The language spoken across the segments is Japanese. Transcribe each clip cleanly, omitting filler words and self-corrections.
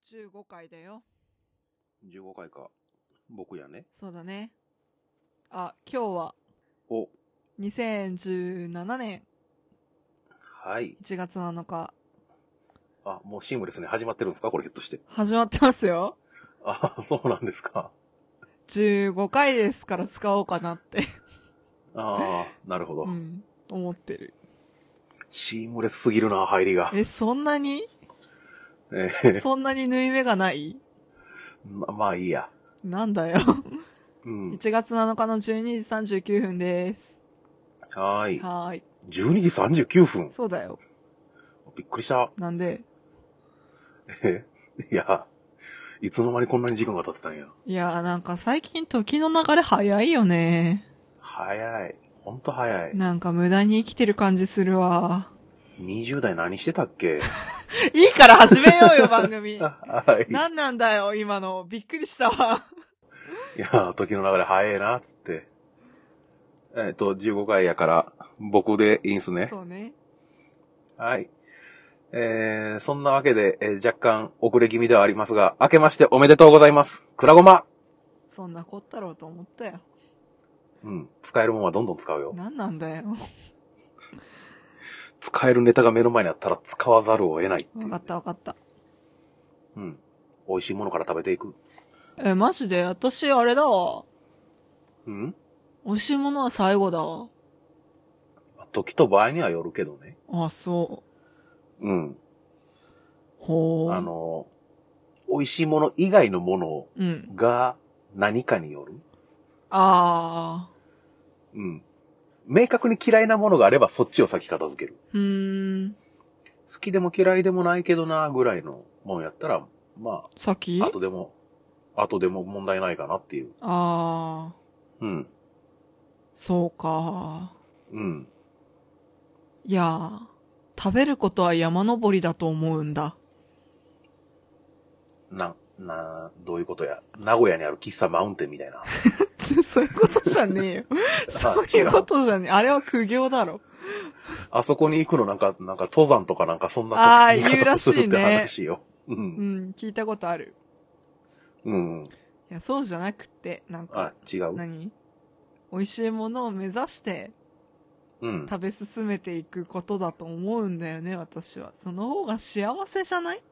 15回だよ。 15回か。僕やね。 そうだね。あ、今日はお、 2017年はい。 1月7日あ、もうシームレスに始まってるんですかこれひょっとして。 始まってますよ。 あ、そうなんですか。 15回ですから使おうかなってああ、なるほど、 思ってる。 シームレスすぎるな、入りが。 そんなにそんなに縫い目がない？ まあいいや。 なんだよ。1月7日の12時39分です。 はーい。 はーい。 12時39分。 そうだよ。 びっくりした。 なんで？ いや、いつの間にこんなに時間が経ってたんや。 いやーなんか最近時の流れ早いよね。 早い。ほんと早い。 なんか無駄に生きてる感じするわ。 20代何してたっけ？ いいから始めようよ、番組。 はい。 なんなんだよ、今の。びっくりしたわ。 いや、時の流れ早いな、つって。15回やから、僕でいいんすね。 そうね。 はい。そんなわけで、若干遅れ気味ではありますが、明けましておめでとうございます。くらごま。 そんなこったろうと思ったよ。 使えるもんはどんどん使うよ。 なんなんだよ。 使えるネタが目の前にあったら使わざるを得ないっていう。 わかったわかった。 美味しいものから食べていく。 マジで私あれだわ。 美美味しいものは最後だわ。 時と場合にはよるけどね。 あ、そう。 美味しいもの以外のものが何かによる。明確に嫌いなものがあればそっちを先片付ける。好きでも嫌いでもないけどなぐらいのもんやったら、まあ、後でも問題ないかなっていう。 そうか。いや食べることは山登りだと思うんだ。 どういうことや。名古屋にある喫茶マウンテンみたいな。 そういうことじゃねえよ。そういうことじゃねえ。あれは苦行だろ。 あそこに行くのなんか登山とかなんかそんな言うらしいね。 話よ。 聞いたことある。いや、そうじゃなくて、なんか。 違う。 美味しいものを目指して、食べ進めていくことだと思うんだよね、私は。その方が幸せじゃない？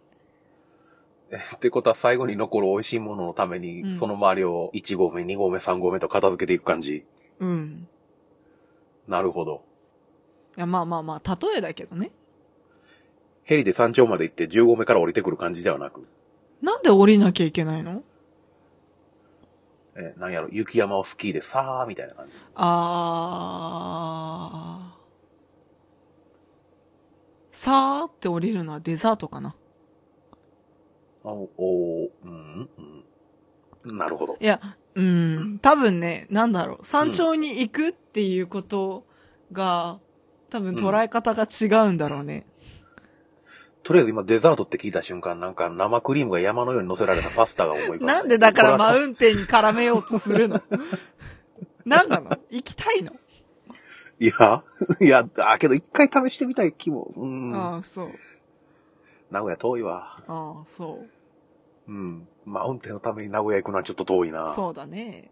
ってことは最後に残る美味しいもののために、その周りを1合目、2合目、3合目と片付けていく感じ。なるほど。 いや、まあ、例えだけどね。 ヘリで山頂まで行って10合目から降りてくる感じではなく。 なんで降りなきゃいけないの？ なんやろ、雪山をスキーでさーみたいな感じ。 さーって降りるのはデザートかな。 なるほど。 いや、多分ね、なんだろう、山頂に行くっていうことが、多分捉え方が違うんだろうね。 とりあえず今デザートって聞いた瞬間、なんか生クリームが山のように乗せられたパスタが思い浮かんだ。 なんでだからマウンテンに絡めようとするの？なんなの？行きたいの？ いや、けど一回試してみたい気も。 そう。 名古屋遠いわ。 そう。 マウンテンのために名古屋行くのはちょっと遠いな。 そうだね。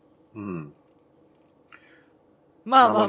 まあ。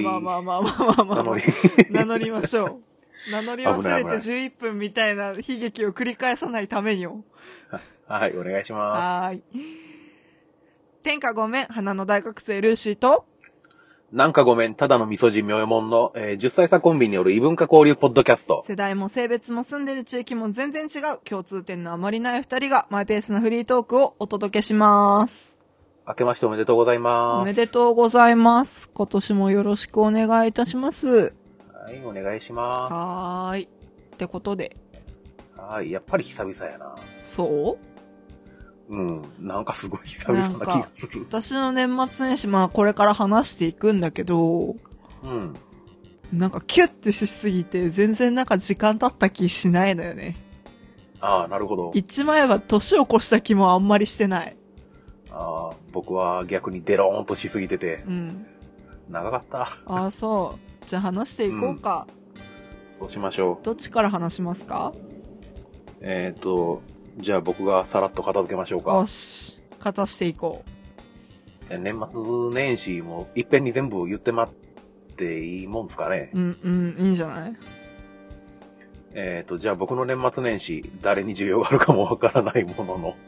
名乗りましょう。名乗り忘れて11分みたいな悲劇を繰り返さないためによ。 はい、お願いします。 天下ごめん、花の大学生ルーシーと、 なんかごめん、ただの味噌汁妙門の、10歳差コンビによる異文化交流ポッドキャスト。 世代も性別も住んでる地域も全然違う共通点のあまりない二人がマイペースなフリートークをお届けします。 明けましておめでとうございます。 おめでとうございます。今年もよろしくお願いいたします。 はい、お願いします。 はーい。ってことで。 はい、やっぱり久々やな。 そう？ なんかすごい久々な気がする。 私の年末年始、これから話していくんだけど、なんかキュッてしすぎて、全然なんか時間経った気しないのよね。 なるほど。 言っちまえば年を越した気もあんまりしてない。 僕は逆にデローンとしすぎてて。長かった。 そう。じゃあ話していこうか。 そうしましょう。 どっちから話しますか？ じゃあ僕がさらっと片付けましょうか。 よし。片していこう。年末年始もいっぺんに全部言ってまっていいもんですかね。 いいんじゃない？ じゃあ僕の年末年始、誰に需要があるかもわからないものの。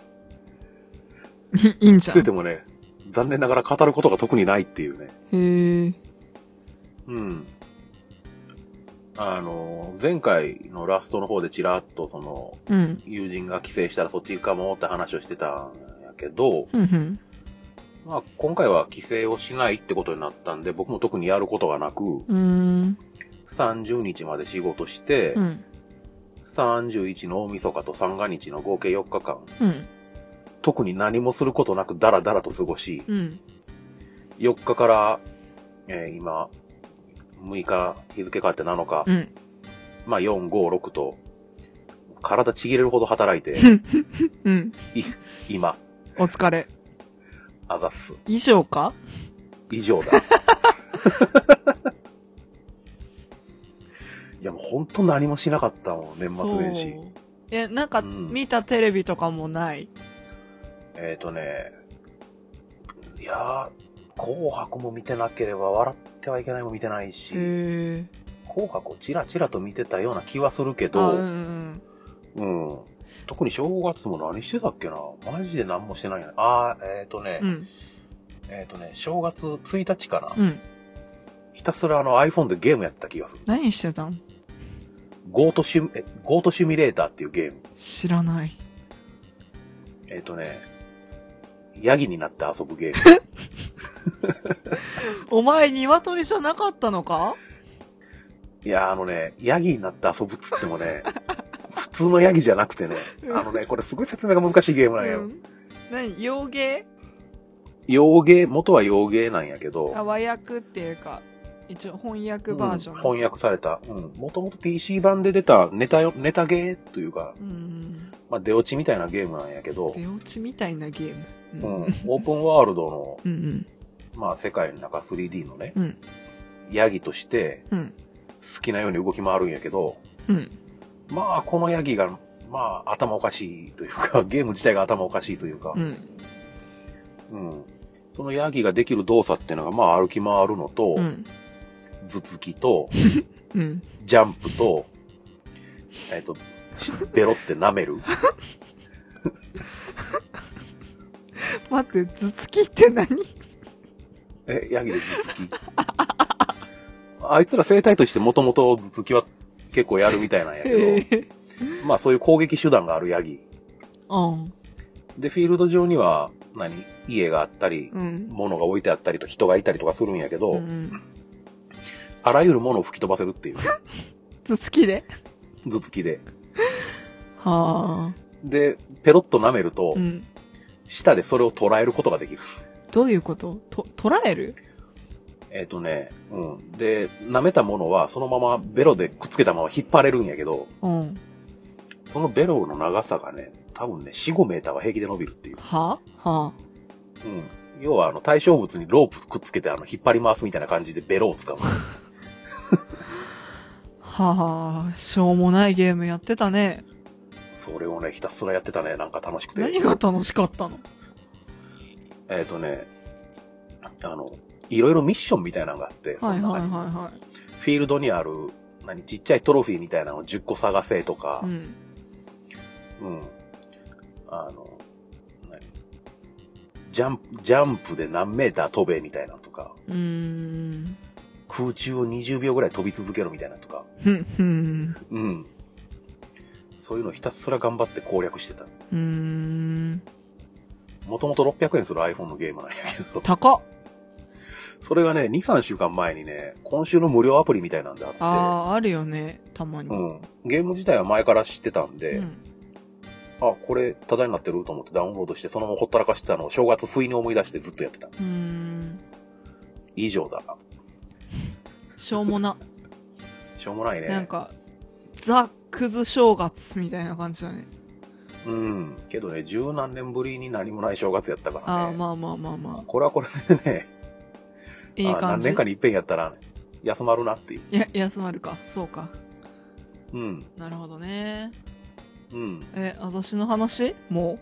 いいんじゃん。 それでもね、残念ながら語ることが特にないっていうね。 へえ。 うん。前回のラストの方でちらっと友人が帰省したらそっち行くかもって話をしてたんやけど、まあ今回は帰省をしないってことになったんで、僕も特にやることがなく、30日まで仕事して、31の大晦日と三が日の合計4日間、特に何もすることなくダラダラと過ごし、4日から、今、6日、日付変わって7日、まあ4、5、6と、体ちぎれるほど働いて、今。 お疲れ。 あざっす。 以上か？ 以上だ。いやもうほんと何もしなかったもん、年末年始。 なんか、見たテレビとかもない？ いやー、紅白も見てなければ笑ってはいけないも見てないし、紅白をチラチラと見てたような気はするけど、特に正月も何してたっけな、マジで何もしてないな。正月1日かな、ひたすらiPhone でゲームやってた気がする。 何してたん？ ゴートシミュレーターっていうゲーム。 知らない。 ヤギになって遊ぶゲーム。 お前鶏じゃなかったのか？ いや、ヤギになって遊ぶっつってもね、普通のヤギじゃなくてね、これすごい説明が難しいゲームなんやよ。 何？洋芸？ 元は洋芸なんやけど。 和訳っていうか、一応翻訳バージョン。 翻訳された。もともと PC 版で出たネタゲーというか、まあ出落ちみたいなゲームなんやけど。 出落ちみたいなゲーム。 オープンワールドの、まあ世界の中 3D のね、ヤギとして、好きなように動き回るんやけど、まあこのヤギが、まあ頭おかしいというか、ゲーム自体が頭おかしいというか、そのヤギができる動作っていうのが、まあ歩き回るのと、頭突きと、ジャンプと、ベロって舐める。 待って、頭突きって何？ ヤギで頭突き。あいつら生態としてもともと頭突きは結構やるみたいなんやけど、まあそういう攻撃手段があるヤギ。で、フィールド上には、家があったり、物が置いてあったりと人がいたりとかするんやけど、あらゆるものを吹き飛ばせるっていう。 頭突きで？ 頭突きで。 はあ。で、 ペロッと舐めると、舌でそれを捉えることができる。 どういうこと？捉える？ で、舐めたものはそのままベロでくっつけたまま引っ張れるんやけど、そのベロの長さがね、多分ね、4、5メーターは平気で伸びるっていう。要は対象物にロープくっつけて引っ張り回すみたいな感じでベロを使う。 はあ、しょうもないゲームやってたね。 それをね、ひたすらやってたね、なんか楽しくて。 何が楽しかったの？ いろいろミッションみたいなのがあって、フィールドにある、ちっちゃいトロフィーみたいなのを10個探せとか、ジャンプで何メーター飛べみたいなとか、空中を20秒ぐらい飛び続けろみたいなとか、そういうのをひたすら頑張って攻略してた。もともと600円する iPhone のゲームなんやけど。 高っ。 それがね、2、3週間前にね、今週の無料アプリみたいなんであって。 あるよね、たまに。 ゲーム自体は前から知ってたんで、これ、タダになってると思ってダウンロードして、そのままほったらかしてたのを正月不意に思い出してずっとやってた。以上だ。 しょうもな。 しょうもないね。 なんか、ザ・クズ正月みたいな感じだね。 けどね、十何年ぶりに何もない正月やったからね。 まあ。 これはこれでね、 いい感じ。 何年かに一遍やったら、ね、休まるなっていう。 休まるか。そうか。なるほどね。 うん。 私の話も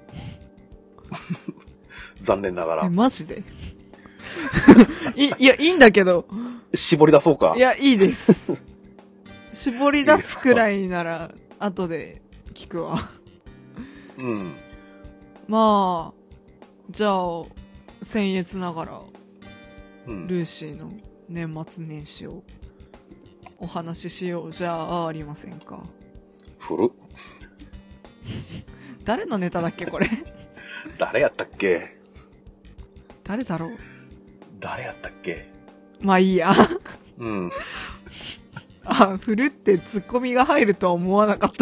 う。残念ながら。 マジでいや、いいんだけど。 絞り出そうか。 いや、いいです。絞り出すくらいなら、後で聞くわ。 うん。 まあ、じゃあ、僭越ながら、 うん、 ルーシーの年末年始をお話ししようじゃありませんか。 古っ。 誰のネタだっけこれ。 誰やったっけ。 誰だろう。 誰やったっけ。 まあいいや。 うん。 古ってツッコミが入るとは思わなかった。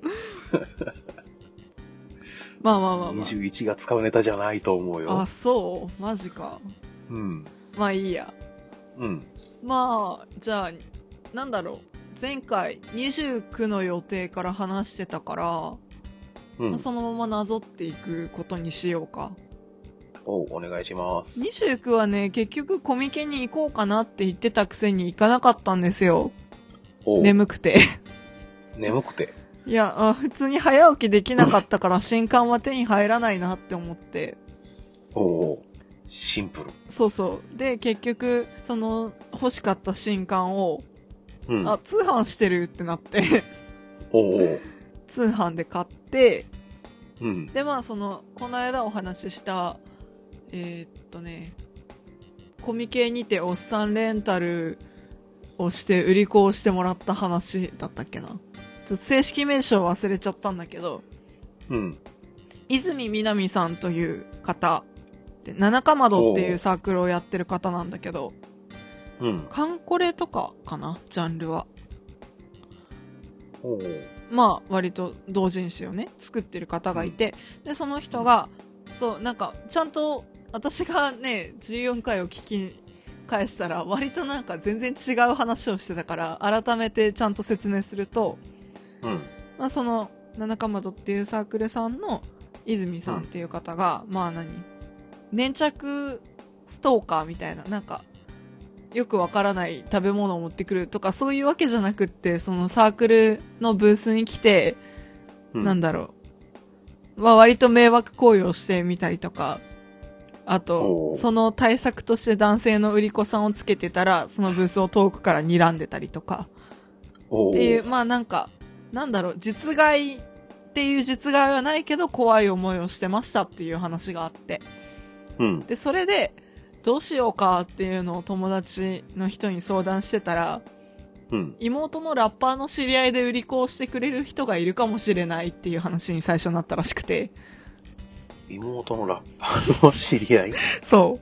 まあ。 21が使うネタじゃないと思うよ。 そうマジか。 うん。 まあいいや。 うん。 まあ、じゃあ、なんだろう。前回29の予定から話してたから、 うん、 そのままなぞっていくことにしようか。 お願いします。 29はね、結局コミケに行こうかなって言ってたくせに行かなかったんですよ。眠くて。 眠くて。 いや、普通に早起きできなかったから新刊は手に入らないなって思って。 シンプル。 そうそう。で、結局、その欲しかった新刊を、 うん、 通販してるってなって。通販で買って、 うん、 で、まあこの間お話しした、コミケにておっさんレンタルをして売り子をしてもらった話だったっけな。ちょっと正式名称忘れちゃったんだけど、 うん。 泉みなみさんという方で、七かまどっていうサークルをやってる方なんだけど、 うん。 カンコレとかかな、ジャンルは。まあ割と同人誌をね作ってる方がいて、でその人がそうなんかちゃんと私がね14回を聞き返したら割となんか全然違う話をしてたから改めてちゃんと説明すると、まあその七かまどっていうサークルさんの泉さんっていう方が、まあ粘着ストーカーみたいななんかよくわからない食べ物を持ってくるとかそういうわけじゃなくって、そのサークルのブースに来て、なんだろう、まあ割と迷惑行為をしてみたりとか、あとその対策として男性の売り子さんをつけてたらそのブースを遠くから睨んでたりとかっていう、まあなんかなんだろう、実害っていう実害はないけど怖い思いをしてましたっていう話があって、でそれでどうしようかっていうのを友達の人に相談してたら、妹のラッパーの知り合いで売り子をしてくれる人がいるかもしれないっていう話に最初なったらしくて。 妹のラッパーの知り合いそう。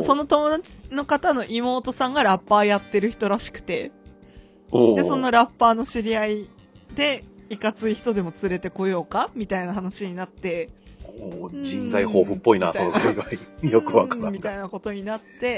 その友達の方の妹さんがラッパーやってる人らしくて。で、そのラッパーの知り合いで、いかつい人でも連れてこようかみたいな話になって、 人材豊富っぽいな、その界隈。よくわからん。 みたいなことになって、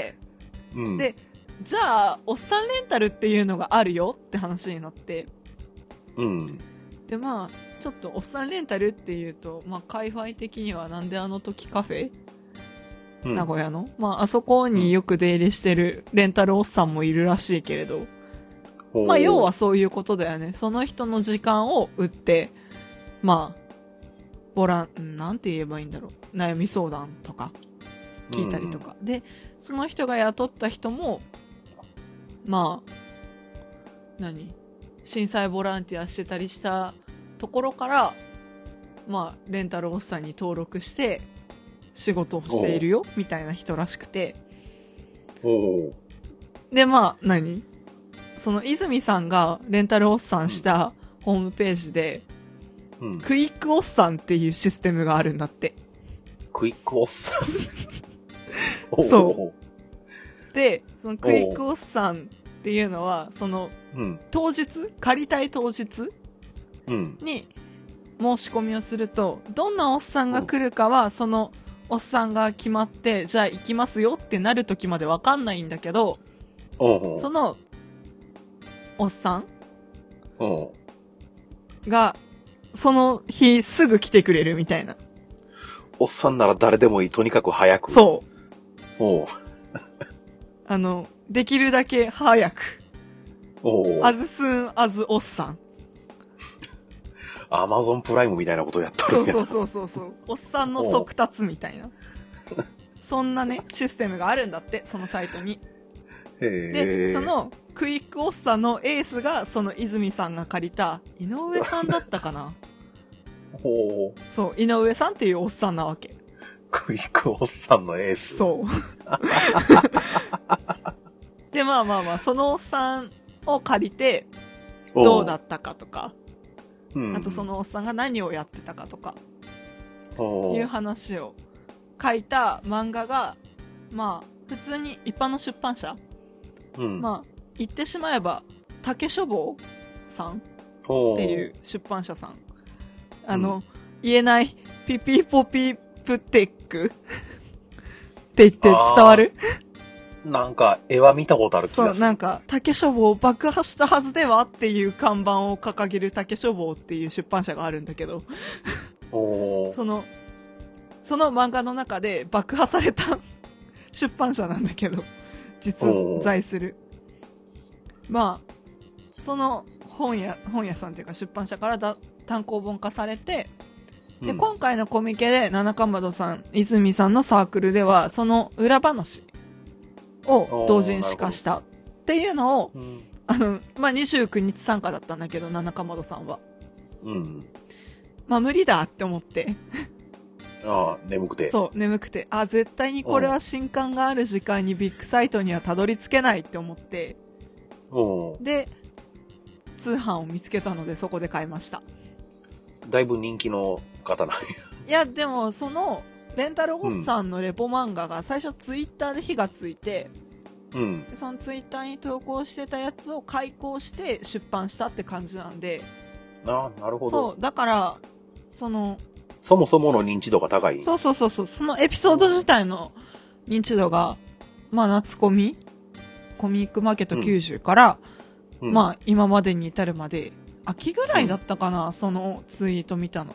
で、じゃあ、おっさんレンタルっていうのがあるよって話になって、で、まあ、ちょっとおっさんレンタルっていうと、まあ、界隈的にはなんであの時カフェ、名古屋の、まあ、あそこによく出入りしてるレンタルおっさんもいるらしいけれど、まあ、要はそういうことだよね。その人の時間を売って、まあ、なんて言えばいいんだろう。悩み相談とか、聞いたりとか。で、その人が雇った人も、まあ、震災ボランティアしてたりしたところから、まあ、レンタルおっさんに登録して、仕事をしているよ、みたいな人らしくて。で、まあ、その泉さんがレンタルおっさんしたホームページで、クイックおっさんっていうシステムがあるんだって。 クイックおっさんそう。で、そのクイックおっさんっていうのは、その、当日、借りたい当日に申し込みをすると、どんなおっさんが来るかは、そのおっさんが決まって、じゃあ行きますよってなる時までわかんないんだけど、その、おっさんが、その日すぐ来てくれるみたいな。 おっさんなら誰でもいい。とにかく早く。 そう。できるだけ早く。as soon as おっさん。 アマゾンプライムみたいなことをやったるんや。そう。おっさんの速達みたいな。そんなね、システムがあるんだって、そのサイトに。で、そのクイックおっさんのエースが、その泉さんが借りた、井上さんだったかな。 ほう。 そう、井上さんっていうおっさんなわけ。 クイックおっさんのエース。 そう。で、まあ、そのおっさんを借りて、どうだったかとか、あとそのおっさんが何をやってたかとか、いう話を書いた漫画が、まあ、普通に一般の出版社、まあ、言ってしまえば、竹書房さんっていう出版社さん。言えない、ピピポピプテックって言って伝わる？ なんか、絵は見たことある気がする。 そう、なんか、竹書房爆破したはずではっていう看板を掲げる竹書房っていう出版社があるんだけど、その漫画の中で爆破された出版社なんだけど、実在する。まあ、その本屋さんっていうか出版社から単行本化されて、で、今回のコミケで七かまどさん、泉さんのサークルでは、その裏話を同人誌化したっていうのを、まあ、29日参加だったんだけど、七かまどさんは。まあ、無理だって思って。 眠くて。 そう、眠くて。絶対にこれは新刊がある時間にビッグサイトにはたどり着けないって思って。で、通販を見つけたのでそこで買いました。 だいぶ人気の方なんや。 いや、でもその、レンタルおっさんのレポ漫画が最初ツイッターで火がついて、そのツイッターに投稿してたやつを開講して出版したって感じなんで。 なるほど。 そう、だから、そもそもの認知度が高い。 そう。そのエピソード自体の認知度が、まあ、夏コミックマーケット90から、まあ、今までに至るまで、秋ぐらいだったかな、そのツイート見たの。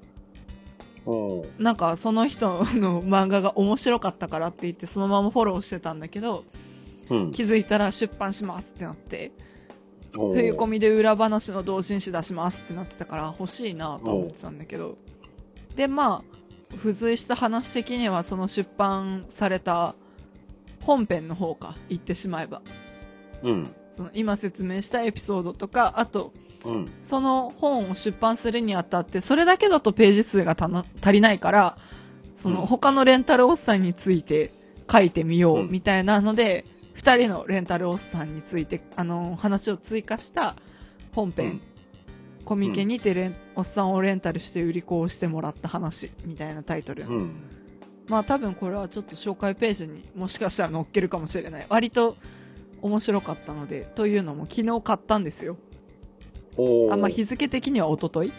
なんか、その人の漫画が面白かったからって言って、そのままフォローしてたんだけど、気づいたら出版しますってなって、冬コミで裏話の同人誌出しますってなってたから欲しいなと思ってたんだけど、で、まあ、付随した話的にはその出版された本編の方か、言ってしまえば。その今説明したエピソードとか、あと、その本を出版するにあたって、それだけだとページ数が足りないから、その他のレンタルおっさんについて書いてみようみたいなので、2人のレンタルおっさんについて、話を追加した本編、コミケにておっさんをレンタルして売り子をしてもらった話みたいなタイトル。まあ多分これはちょっと紹介ページにもしかしたら載っけるかもしれない。割と面白かったので、というのも昨日買ったんですよ。まあ日付的には一昨日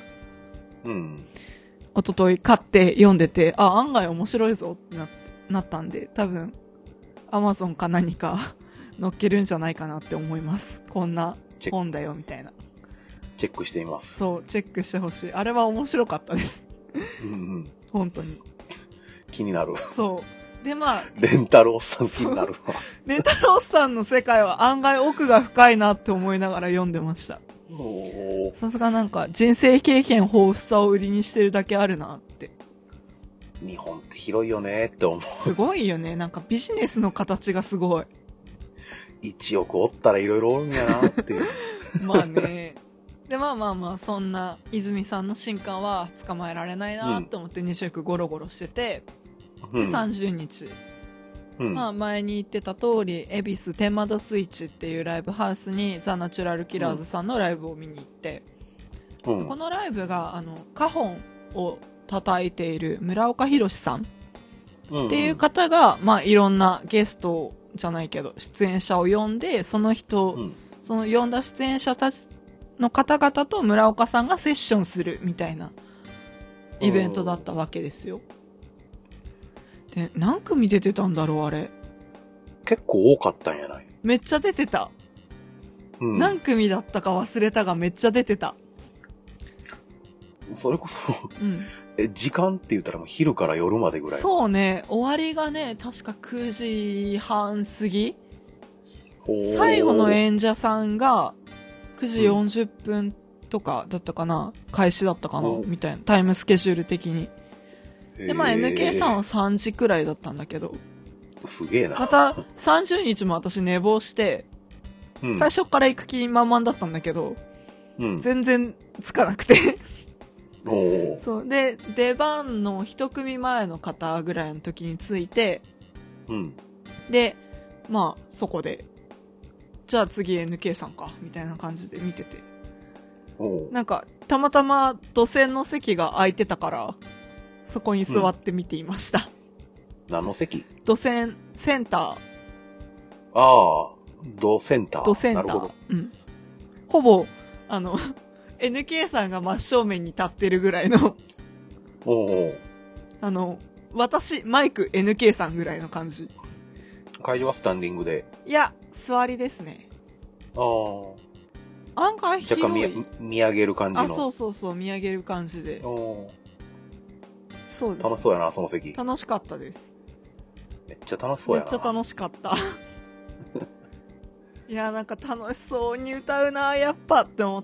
一昨日買って読んでて、案外面白いぞってなったんで、多分、Amazon か何か載っけるんじゃないかなって思います。こんな本だよみたいな。 チェックしてみます。 そう、チェックしてほしい。あれは面白かったです。本当に。 気になる。 そう。で、まあ。 レンタルおっさん気になるわ。 レンタルおっさんの世界は案外奥が深いなって思いながら読んでました。さすがなんか人生経験豊富さを売りにしてるだけあるなって。 日本って広いよねって思う。 すごいよね。なんかビジネスの形がすごい。 1億おったらいろいろおるんやなっていう。 まあね。で、まあ、そんな泉さんの新刊は捕まえられないなと思って2週ゴロゴロしてて、で、30日。まあ前に言ってた通り、恵比寿天窓スイッチっていうライブハウスにザ・ナチュラルキラーズさんのライブを見に行って、このライブがカホンを叩いている村岡弘さんっていう方が、まあいろんなゲストじゃないけど出演者を呼んで、そのその呼んだ出演者たちの方々と村岡さんがセッションするみたいなイベントだったわけですよ。で、何組出てたんだろう、あれ。 結構多かったんやない？ めっちゃ出てた。何組だったか忘れたがめっちゃ出てた。 それこそ、時間って言ったらもう昼から夜までぐらい。 そうね、終わりがね、確か9時半過ぎ。最後の演者さんが9時40分とかだったかな、開始だったかな、みたいな、タイムスケジュール的に。で、まあ NK さんは3時くらいだったんだけど、 すげえな。 また30日も私寝坊して、最初から行く気満々だったんだけど、全然つかなくてそうで、出番の一組前の方ぐらいの時に着いて、で、まあそこで、じゃあ次 NK さんかみたいな感じで見てて、なんかたまたま土線の席が空いてたからそこに座って見ていました。 何の席？ 土線センター。 ああ、土センター。 土センター。なるほど。ほぼNK さんが真正面に立ってるぐらいの私マイク NK さんぐらいの感じ。 会場はスタンディングで。 いや、座りですね。案外広い。 若干見上げる感じの。 そう、見上げる感じで。そうです。 楽しそうやな、その席。 楽しかったです。 めっちゃ楽しそうやな。 めっちゃ楽しかった。いや、なんか楽しそうに歌うな、やっぱって思って。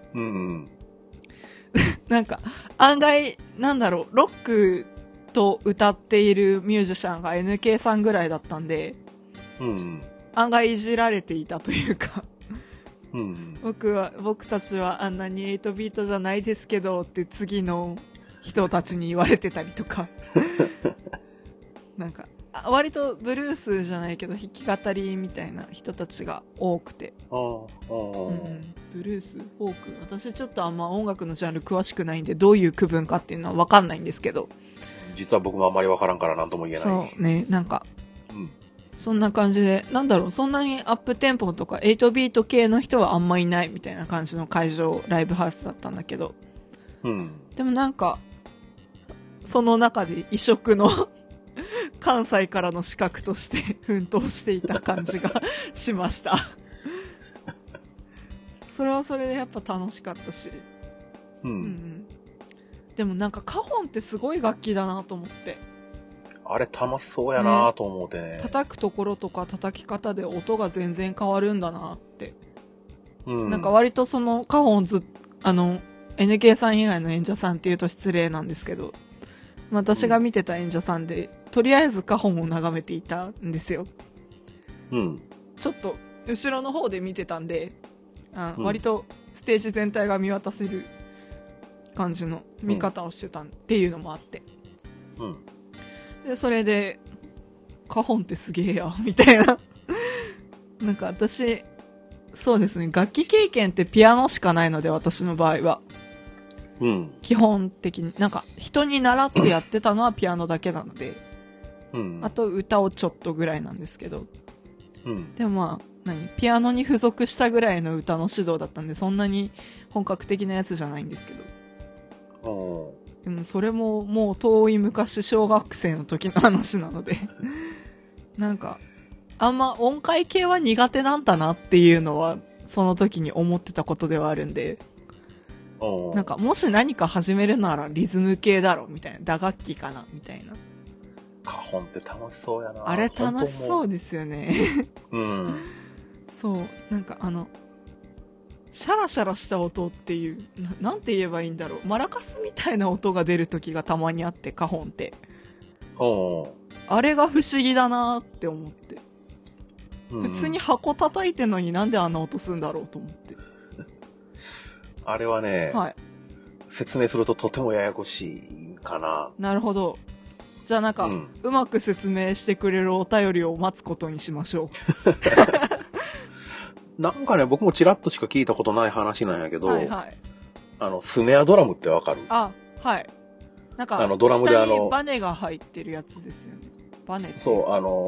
なんか、案外、なんだろう、ロックと歌っているミュージシャンが NK さんぐらいだったんで、案外いじられていたというか、僕たちはあんなに8ビートじゃないですけどって次の人たちに言われてたりとかなんか割とブルースじゃないけど弾き語りみたいな人たちが多くて、ブルースフォーク、私ちょっとあんま音楽のジャンル詳しくないんでどういう区分かっていうのは分かんないんですけど、 実は僕もあんまり分からんから何とも言えない。 そうね、なんか、そんな感じで、なんだろう、そんなにアップテンポとか8ビート系の人はあんまいないみたいな感じの会場ライブハウスだったんだけど、でもなんかその中で異色の関西からの資格として奮闘していた感じがしましたそれはそれでやっぱ楽しかったし、でもなんかカホンってすごい楽器だなと思って、 あれ楽しそうやなと思ってね、 叩くところとか叩き方で音が全然変わるんだなって、なんか割とそのカホンNK さん以外の演者さんっていうと失礼なんですけど、私が見てた演者さんで、とりあえずカホンを眺めていたんですよ。ちょっと後ろの方で見てたんで、割とステージ全体が見渡せる感じの見方をしてたっていうのもあって、でそれでカホンってすげえやみたいななんか私そうですね、楽器経験ってピアノしかないので、私の場合は、基本的になんか人に習ってやってたのはピアノだけなので、あと歌をちょっとぐらいなんですけど、でもまあピアノに付属したぐらいの歌の指導だったんで、そんなに本格的なやつじゃないんですけど、でもそれももう遠い昔小学生の時の話なのでなんかあんま音階系は苦手なんだなっていうのはその時に思ってたことではあるんで、なんかもし何か始めるならリズム系だろみたいな、打楽器かなみたいな。 カホンって楽しそうやな。 あれ楽しそうですよねそう、なんかシャラシャラした音っていう、なんて言えばいいんだろう、マラカスみたいな音が出る時がたまにあって、カホンって、あれが不思議だなって思って、普通に箱叩いてんのになんであんな音すんだろうと思ってあれはね、説明するととてもややこしいかな。 なるほど。じゃあなんか、うまく説明してくれるお便りを待つことにしましょうなんかね、僕もチラッとしか聞いたことない話なんやけど、スネアドラムってわかる？ はい。なんか、 ドラムで下にバネが入ってるやつですよね。バネって。 そう、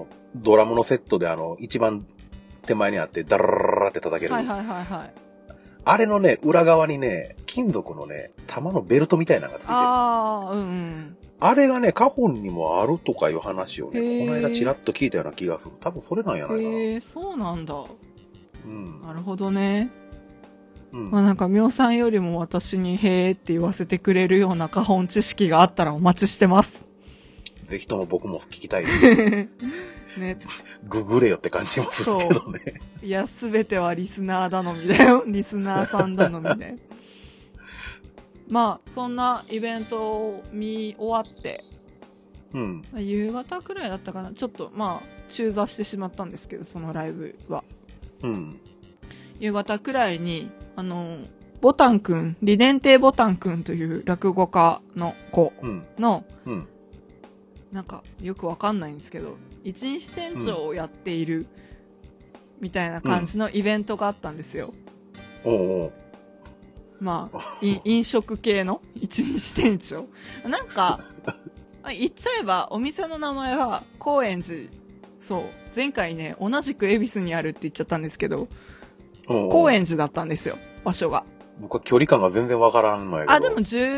ドラムのセットで一番手前にあって、ダララララって叩ける。あれのね、裏側にね、金属のね、玉のベルトみたいなのがついてる。あれがね、カホンにもあるとかいう話をね、この間チラッと聞いたような気がする。多分それなんやないかな。 そうなんだ。なるほどね。まあなんか、みょうさんよりも私にへーって言わせてくれるようなカホン知識があったらお待ちしてます。 ぜひとも僕も聞きたいです。 ね。 ググれよって感じもするけどね。 いや、すべてはリスナー頼みだよ。リスナーさん頼みだよ。まあ、そんなイベントを見終わって、 うん。 夕方くらいだったかな。ちょっと、まあ、中座してしまったんですけど、そのライブは。 うん。 夕方くらいに、ボタンくん、リネンテイボタンくんという落語家の子の、 うん。 なんか、よくわかんないんですけど、一日店長をやっている、みたいな感じのイベントがあったんですよ。 おう。 まあ、飲食系の一日店長。なんか、言っちゃえば、お店の名前は、高円寺。そう。前回ね、同じく恵比寿にあるって言っちゃったんですけど、高円寺だったんですよ、場所が。 僕は距離感が全然わからんのやけど。 でも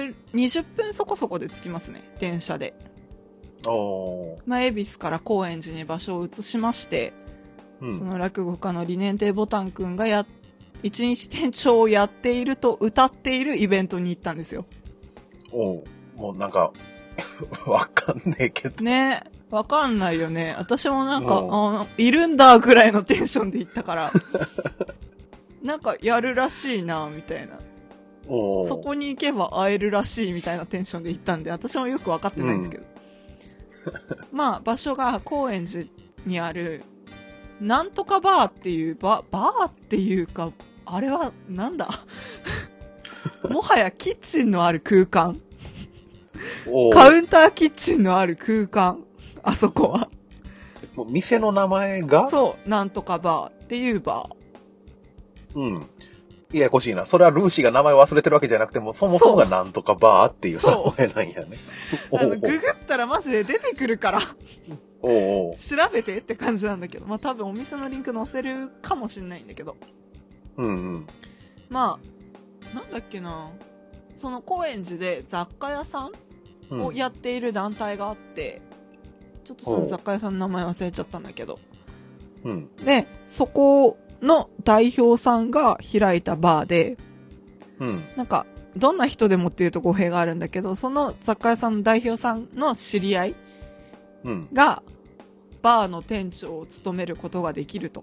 20分そこそこで着きますね、電車で。まあ、恵比寿から高円寺に場所を移しまして、その落語家のリネンテイボタンくんが一日店長をやっていると歌っているイベントに行ったんですよ。 もうなんか、わかんねえけど。 ね、わかんないよね。私もなんか、いるんだぐらいのテンションで行ったから、なんかやるらしいな、みたいな。そこに行けば会えるらしいみたいなテンションで行ったんで、私もよくわかってないんですけど。まあ、場所が高円寺にある、なんとかバーっていう、バーっていうか、あれはなんだもはやキッチンのある空間。カウンターキッチンのある空間。あそこは。 もう店の名前がそう、なんとかバーっていうバー。うん。いやこしいな。それはルーシーが名前忘れてるわけじゃなくても、そもそもがなんとかバーっていう名前なんやね。 ググったらマジで出てくるから調べてって感じなんだけど、まあ多分お店のリンク載せるかもしんないんだけど。 うんうん。 まあ、なんだっけな。その高円寺で雑貨屋さんをやっている団体があって、ちょっとその雑貨屋さんの名前忘れちゃったんだけど。 うん。 で、そこの代表さんが開いたバーで、なんか、どんな人でもっていうと語弊があるんだけど、その雑貨屋さんの代表さんの知り合いが、バーの店長を務めることができると。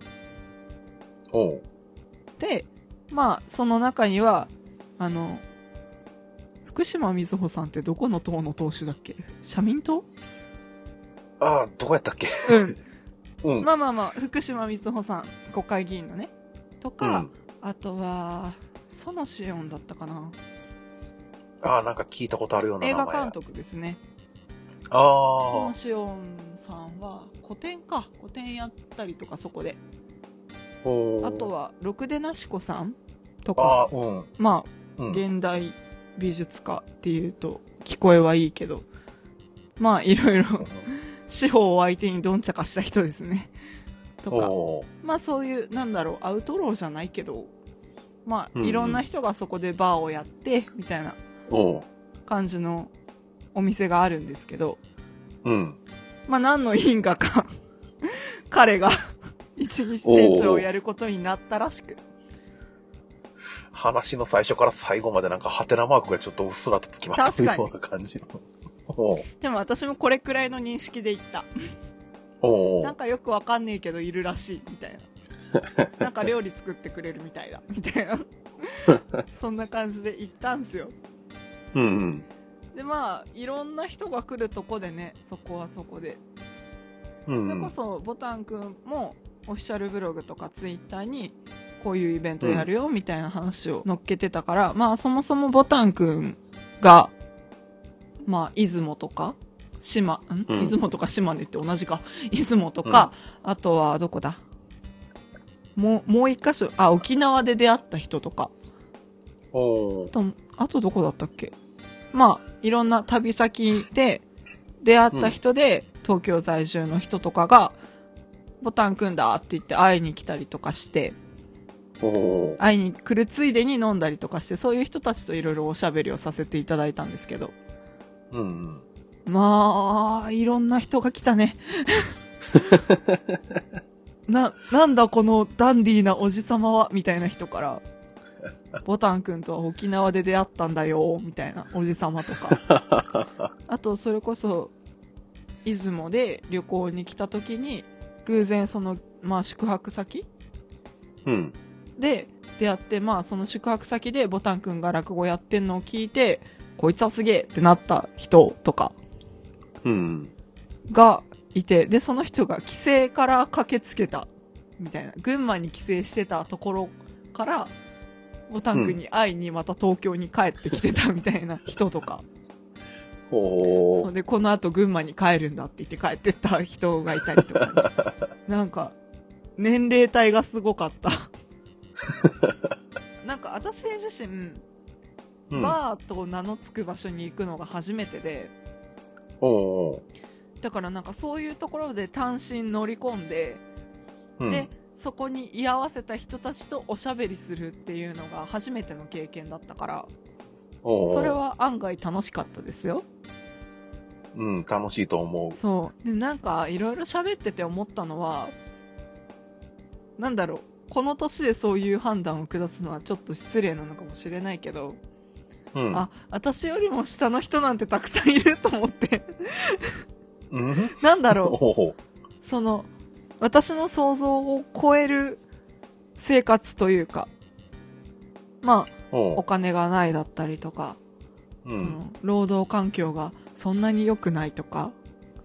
で、まあ、その中には、福島みずほさんってどこの党の党首だっけ？社民党？ どこやったっけ？ うん。まあ、福島みずほさん、国会議員のね。とか、あとは、園志音だったかな。 なんか聞いたことあるような名前。 映画監督ですね。園志音さんは、古典やったりとか、そこで。あとは、ろくでなしこさんとか、まあ、現代美術家っていうと、聞こえはいいけど、まあ、いろいろ、司法を相手にドンチャカした人ですね。とか、まあそういう、なんだろう、アウトローじゃないけど、まあ、いろんな人がそこでバーをやって、みたいな感じのお店があるんですけど、まあ何の因果か、彼が一日店長をやることになったらしく。 話の最初から最後までなんかハテナマークがちょっとうっすらとつきまったような感じの。 でも私もこれくらいの認識で行った。なんかよくわかんねえけどいるらしいみたいな。なんか料理作ってくれるみたいだみたいな。そんな感じで行ったんすよ。でまあいろんな人が来るとこでね、そこはそこで。それこそボタンくんもオフィシャルブログとかツイッターにこういうイベントやるよみたいな話を載っけてたから、まあそもそもボタンくんがまあ出雲とか出雲とか島根って同じか。出雲とか、あとはどこだ、もう一箇所、沖縄で出会った人とか。あとどこだったっけ。まあ、いろんな旅先で出会った人で、東京在住の人とかが、ボタン組んだって言って会いに来たりとかして、会いに来るついでに飲んだりとかして、そういう人たちといろいろおしゃべりをさせていただいたんですけど。まあ、いろんな人が来たね。なんだこのダンディーなおじさまは、みたいな人から、ボタンくんとは沖縄で出会ったんだよ、みたいなおじさまとか。あと、それこそ、 出雲で旅行に来た時に偶然その、まあ、宿泊先、 うん、 で出会って、まあ、その宿泊先でボタン君が落語やってんのを聞いて、こいつはすげえってなった人とかがいて、でその人が帰省から駆けつけたみたいな、群馬に帰省してたところからボタン君に会いにまた東京に帰ってきてたみたいな人とか、そうでこの後群馬に帰るんだって言って帰ってった人がいたりとか、ね、なんか年齢帯がすごかったなんか私自身、バーと名の付く場所に行くのが初めてで、だからなんかそういうところで単身乗り込んで、でそこに居合わせた人たちとおしゃべりするっていうのが初めての経験だったから、それは案外楽しかったですよ。 うん、楽しいと思う。 そうでなんかいろいろ喋ってて思ったのは、なんだろう、この年でそういう判断を下すのはちょっと失礼なのかもしれないけど、あ、私よりも下の人なんてたくさんいると思ってなんだろう、その私の想像を超える生活というか、まあお金がないだったりとか、その労働環境がそんなに良くないとか、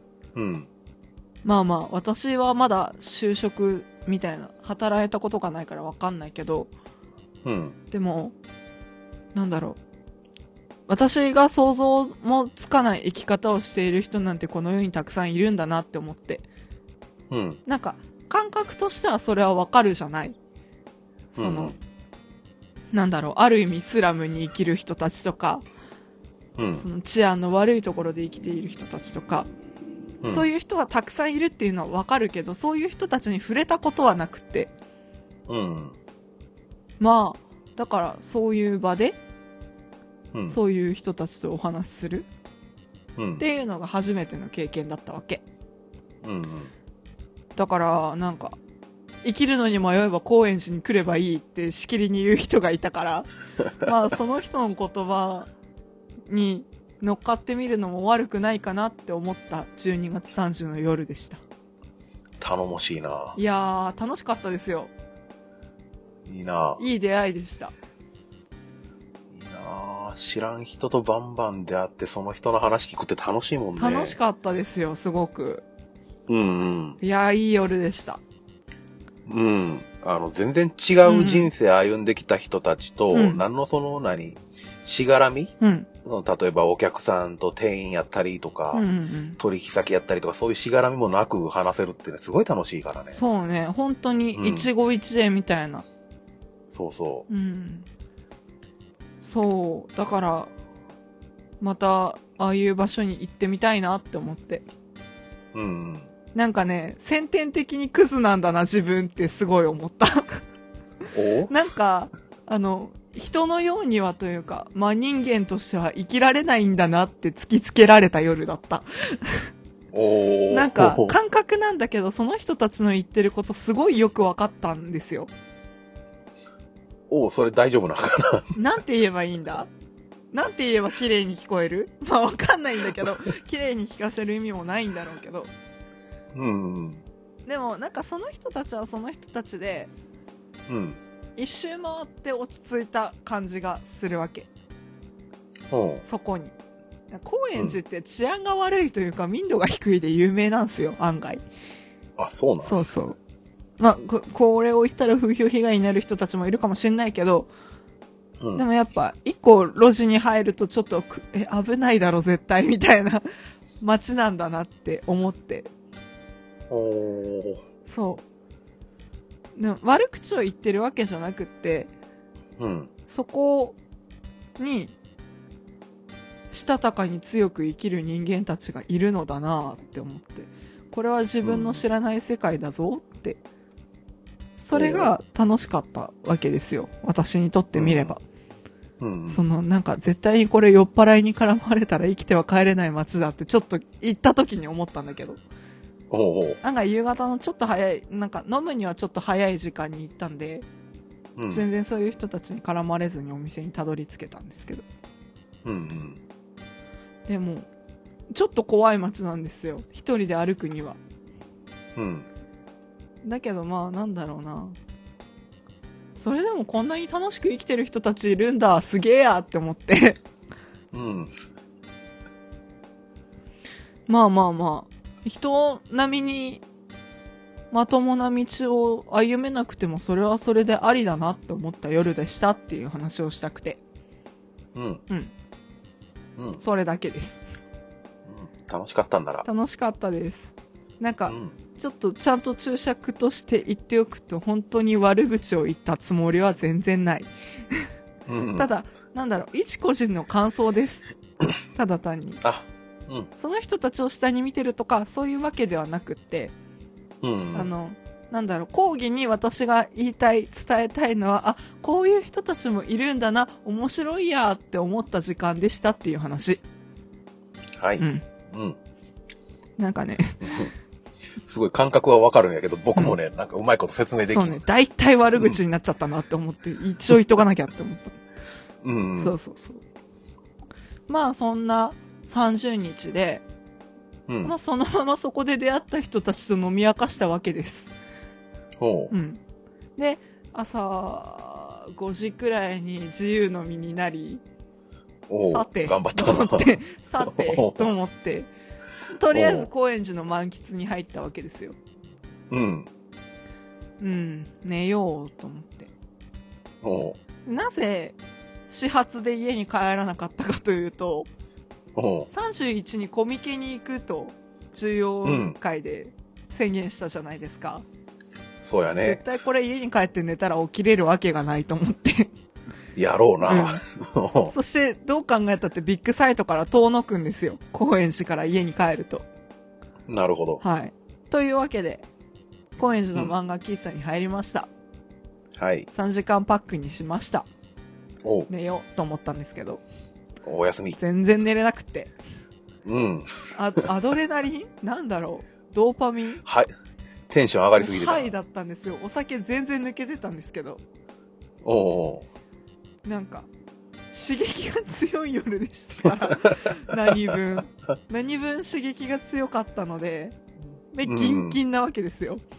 まあまあ私はまだ就職みたいな働いたことがないから分かんないけど、でもなんだろう、私が想像もつかない生き方をしている人なんてこの世にたくさんいるんだなって思って、なんか感覚としてはそれは分かるじゃない。その、なんだろう、ある意味スラムに生きる人たちとか、その治安の悪いところで生きている人たちとか、そういう人はたくさんいるっていうのは分かるけど、そういう人たちに触れたことはなくて、まあだからそういう場で、そういう人たちとお話しする、っていうのが初めての経験だったわけ。だからなんか生きるのに迷えば高円寺に来ればいいってしきりに言う人がいたからまあその人の言葉に乗っかってみるのも悪くないかなって思った12月30の夜でした。 頼もしいな。 いやー楽しかったですよ。 いいな。 いい出会いでした。 いいな。知らん人とバンバン出会ってその人の話聞くって楽しいもんね。 楽しかったですよ、すごく。いやーいい夜でした。 全然違う人生歩んできた人たちと、何のそのしがらみ、例えばお客さんと店員やったりとか、取引先やったりとか、そういうしがらみもなく話せるってね、すごい楽しいからね。 そうね、本当に一期一会みたいな。 そうそう。 そうだからまたああいう場所に行ってみたいなって思って。なんかね、先天的にクズなんだな自分ってすごい思ったなんか人のようにはというか、まあ人間としては生きられないんだなって突きつけられた夜だったなんか感覚なんだけど、その人たちの言ってることすごいよく分かったんですよ。 それ大丈夫なのかななんて言えばいいんだ、なんて言えば綺麗に聞こえる、まあ分かんないんだけど綺麗に聞かせる意味もないんだろうけど、でもなんかその人たちはその人たちで、一周回って落ち着いた感じがするわけ。そこに高円寺って治安が悪いというか、民度が低いで有名なんですよ、案外。 あ、そうなの。 そうそう。まあこれを言ったら風評被害になる人たちもいるかもしれないけど、でもやっぱ一個路地に入るとちょっと危ないだろ絶対みたいな街なんだなって思って。そうでも悪口を言ってるわけじゃなくって、そこにしたたかに強く生きる人間たちがいるのだなって思って、これは自分の知らない世界だぞって、それが楽しかったわけですよ、私にとってみれば。そのなんか絶対にこれ酔っ払いに絡まれたら生きては帰れない街だってちょっと行った時に思ったんだけど、なんか夕方のちょっと早い、なんか飲むにはちょっと早い時間に行ったんで、全然そういう人たちに絡まれずにお店にたどり着けたんですけど、でもちょっと怖い街なんですよ。一人で歩くには。 うん。 だけどまあ、なんだろうな。それでもこんなに楽しく生きてる人たちいるんだ、すげえやって思って。 うん。 まあまあまあ、人並みにまともな道を歩めなくてもそれはそれでありだなって思った夜でしたっていう話をしたくて。 うん。うん。 うん。それだけです。 うん、楽しかったんなら。 楽しかったです。なんか、ちょっとちゃんと注釈として言っておくと、本当に悪口を言ったつもりは全然ない。うんうん、ただ、なんだろう、一個人の感想です。ただ単に。 あ、うん。 その人たちを下に見てるとか、そういうわけではなくって、 うんうん、 なんだろう、講義に私が言いたい、伝えたいのは、あ、こういう人たちもいるんだな、面白いやって思った時間でしたっていう話。 はい。うん。うん。 なんかね。 すごい感覚はわかるんやけど、僕もね、なんかうまいこと説明できる。 そうね、大体悪口になっちゃったなって思って、一応言っとかなきゃって思った。うん、うん。そうそうそう。まあ、そんな30日で、うん、まあ、そのままそこで出会った人たちと飲み明かしたわけです。 ほう。 うん。で、朝5時くらいに自由飲みになり、さて、 頑張ったと思って、さて、と思って、とりあえず高円寺の満喫に入ったわけですよ。 うん。 うん、寝ようと思って。なぜ、始発で家に帰らなかったかというと、31にコミケに行くと、重要会で宣言したじゃないですか。 そうやね。 絶対これ家に帰って寝たら起きれるわけがないと思って。 やろうな、 うん、そしてどう考えたってビッグサイトから遠のくんですよ。高円寺から家に帰ると。 なるほど。 はい。というわけで、高円寺の漫画喫茶に入りました。 はい。 3時間パックにしました。寝ようと思ったんですけど。 おやすみ。 全然寝れなくて。 うん。 アドレナリンなんだろう、ドーパミン、 はい。テンション上がりすぎてた。 はいだったんですよ。お酒全然抜けてたんですけど。なんか、刺激が強い夜でしたから。何分刺激が強かったので、目キンキンなわけですよ。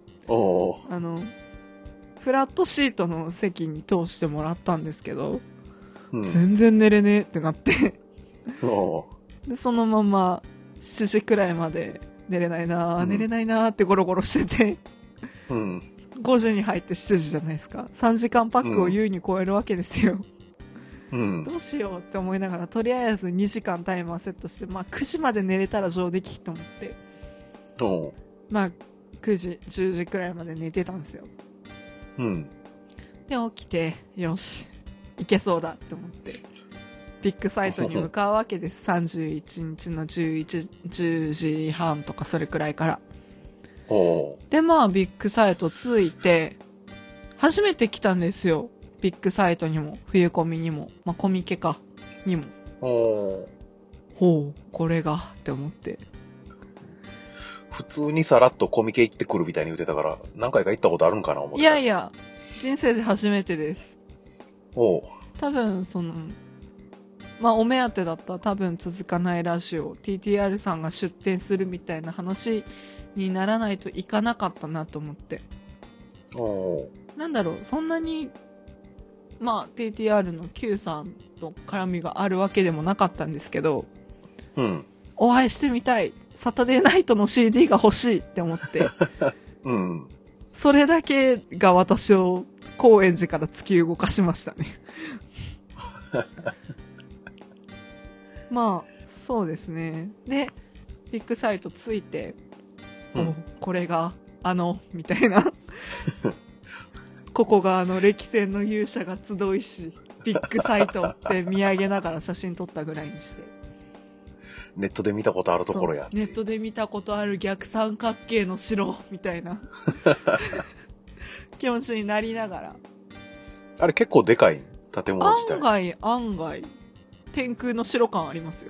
フラットシートの席に通してもらったんですけど、全然寝れねえってなって。で、そのまま7時くらいまで寝れないなーってゴロゴロしてて、5時に入って7時じゃないですか。3時間パックを優に超えるわけですよ。どうしようって思いながら、とりあえず2時間タイマーセットして、まあ9時まで寝れたら上出来と思って、まあ9時、10時くらいまで寝てたんですよ。で、起きて、よし、いけそうだって思って、ビッグサイトに向かうわけです。31日の10時半とかそれくらいから。で、まあ、ビッグサイト着いて、初めて来たんですよ。ビッグサイトにも、冬コミにも、まあ、コミケか、にも。ほう、これが、って思って。 普通にさらっとコミケ行ってくるみたいに言ってたから、何回か行ったことあるんかな思って。 いやいや、人生で初めてです。多分、まあ、お目当てだったら多分続かないラジオ、TTR さんが出展するみたいな話にならないといかなかったなと思って。なんだろう、そんなに、まあ、TTR の Q さんと絡みがあるわけでもなかったんですけど、お会いしてみたい、サタデーナイトの CD が欲しいって思って、それだけが私を高円寺から突き動かしましたね。まあ、そうですね。で、ビッグサイトついて、これが、みたいな。ここが歴戦の勇者が集いし、ビッグサイトって見上げながら写真撮ったぐらいにして。 ネットで見たことあるところや。 ネットで見たことある逆三角形の城、みたいな気持ちになりながら。 あれ結構でかい建物自体。 案外、天空の城感ありますよ。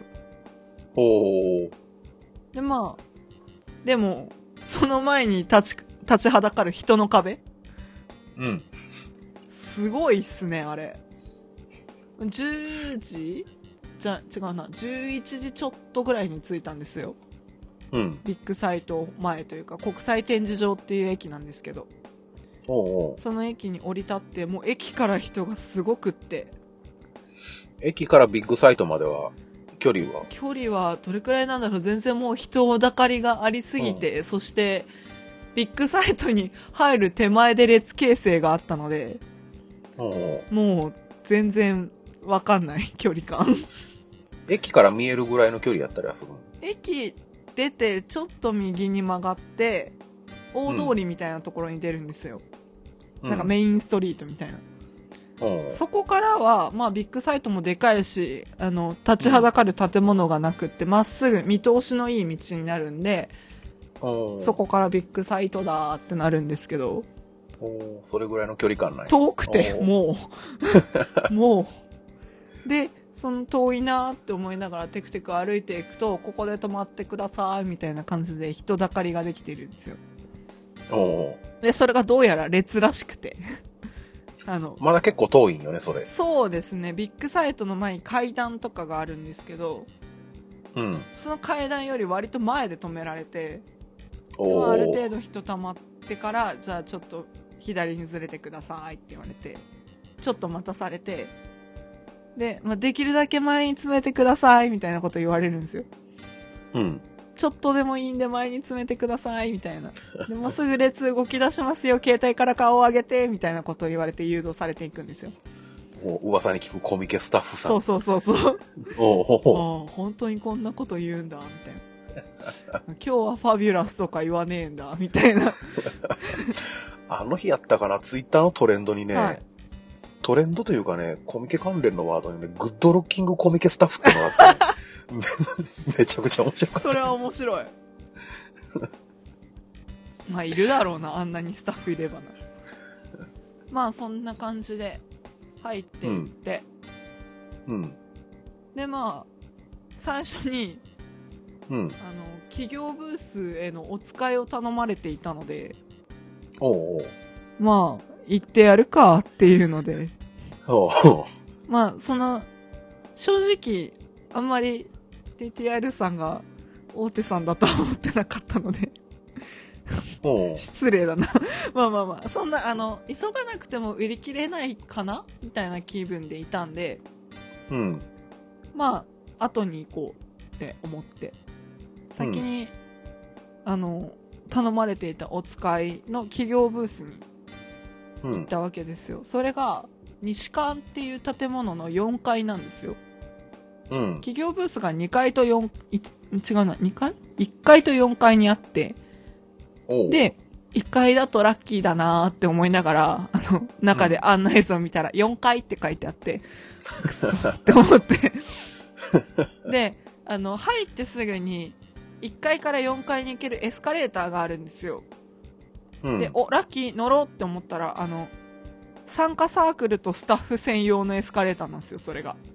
で、まあ、でも、その前に立ちはだかる人の壁。すごいっすね、あれ。10時じゃ違うな、11時ちょっとぐらいに着いたんですよ。 うん。 ビッグサイト前というか、国際展示場っていう駅なんですけど。 おう。 その駅に降り立って、もう駅から人がすごくって。 駅からビッグサイトまでは、距離はどれくらいなんだろう。全然もう人だかりがありすぎて、そして、ビッグサイトに入る手前で列形成があったので、もう全然わかんない距離感。 駅から見えるぐらいの距離やったりはするの？ 駅出てちょっと右に曲がって大通りみたいなところに出るんですよ、なんかメインストリートみたいな、そこからは、まあ、ビッグサイトもでかいし、立ちはだかる建物がなくってまっすぐ見通しのいい道になるんで、そこからビッグサイトだってなるんですけど、 それぐらいの距離感ない？ 遠くてもうでその遠いなって思いながらテクテク歩いていくと、ここで止まってくださいみたいな感じで人だかりができてるんですよ。でそれがどうやら列らしくてまだ結構遠いんよね、それ。 そうですね。ビッグサイトの前に階段とかがあるんですけど、その階段より割と前で止められて、ある程度人溜まってから、じゃあちょっと左にずれてくださいって言われて、ちょっと待たされて、で、できるだけ前に詰めてくださいみたいなこと言われるんですよ。ちょっとでもいいんで前に詰めてくださいみたいな。でもうすぐ列動き出しますよ、携帯から顔を上げてみたいなことを言われて誘導されていくんですよ。 噂に聞くコミケスタッフさん。 そう本当にこんなこと言うんだみたいな。今日はファビュラスとか言わねえんだみたいな。 あの日やったかな、ツイッターのトレンドにね、トレンドというかね、コミケ関連のワードにね、グッドロッキングコミケスタッフってのがあって、ね、めちゃくちゃ面白かった。 それは面白い。まあいるだろうな、あんなにスタッフいればな。まあそんな感じで入っていって、でまあ最初に、企業ブースへのお使いを頼まれていたので、まあ行ってやるかっていうので、まあ正直あんまり TTR さんが大手さんだとは思ってなかったので失礼だな。まあそんな急がなくても売り切れないかなみたいな気分でいたんで、まあ後に行こうって思って先に、頼まれていたお使いの企業ブースに行ったわけですよ。それが西館っていう建物の4階なんですよ。企業ブースが2階と4、違うな、2階 ?1 階と4階にあって、で、1階だとラッキーだなーって思いながら、中で案内図を見たら4階って書いてあって、くそって思って。で、入ってすぐに、1階から4階に行けるエスカレーターがあるんですよ。で、ラッキー乗ろうって思ったら、参加サークルとスタッフ専用のエスカレーターなんですよ、それが。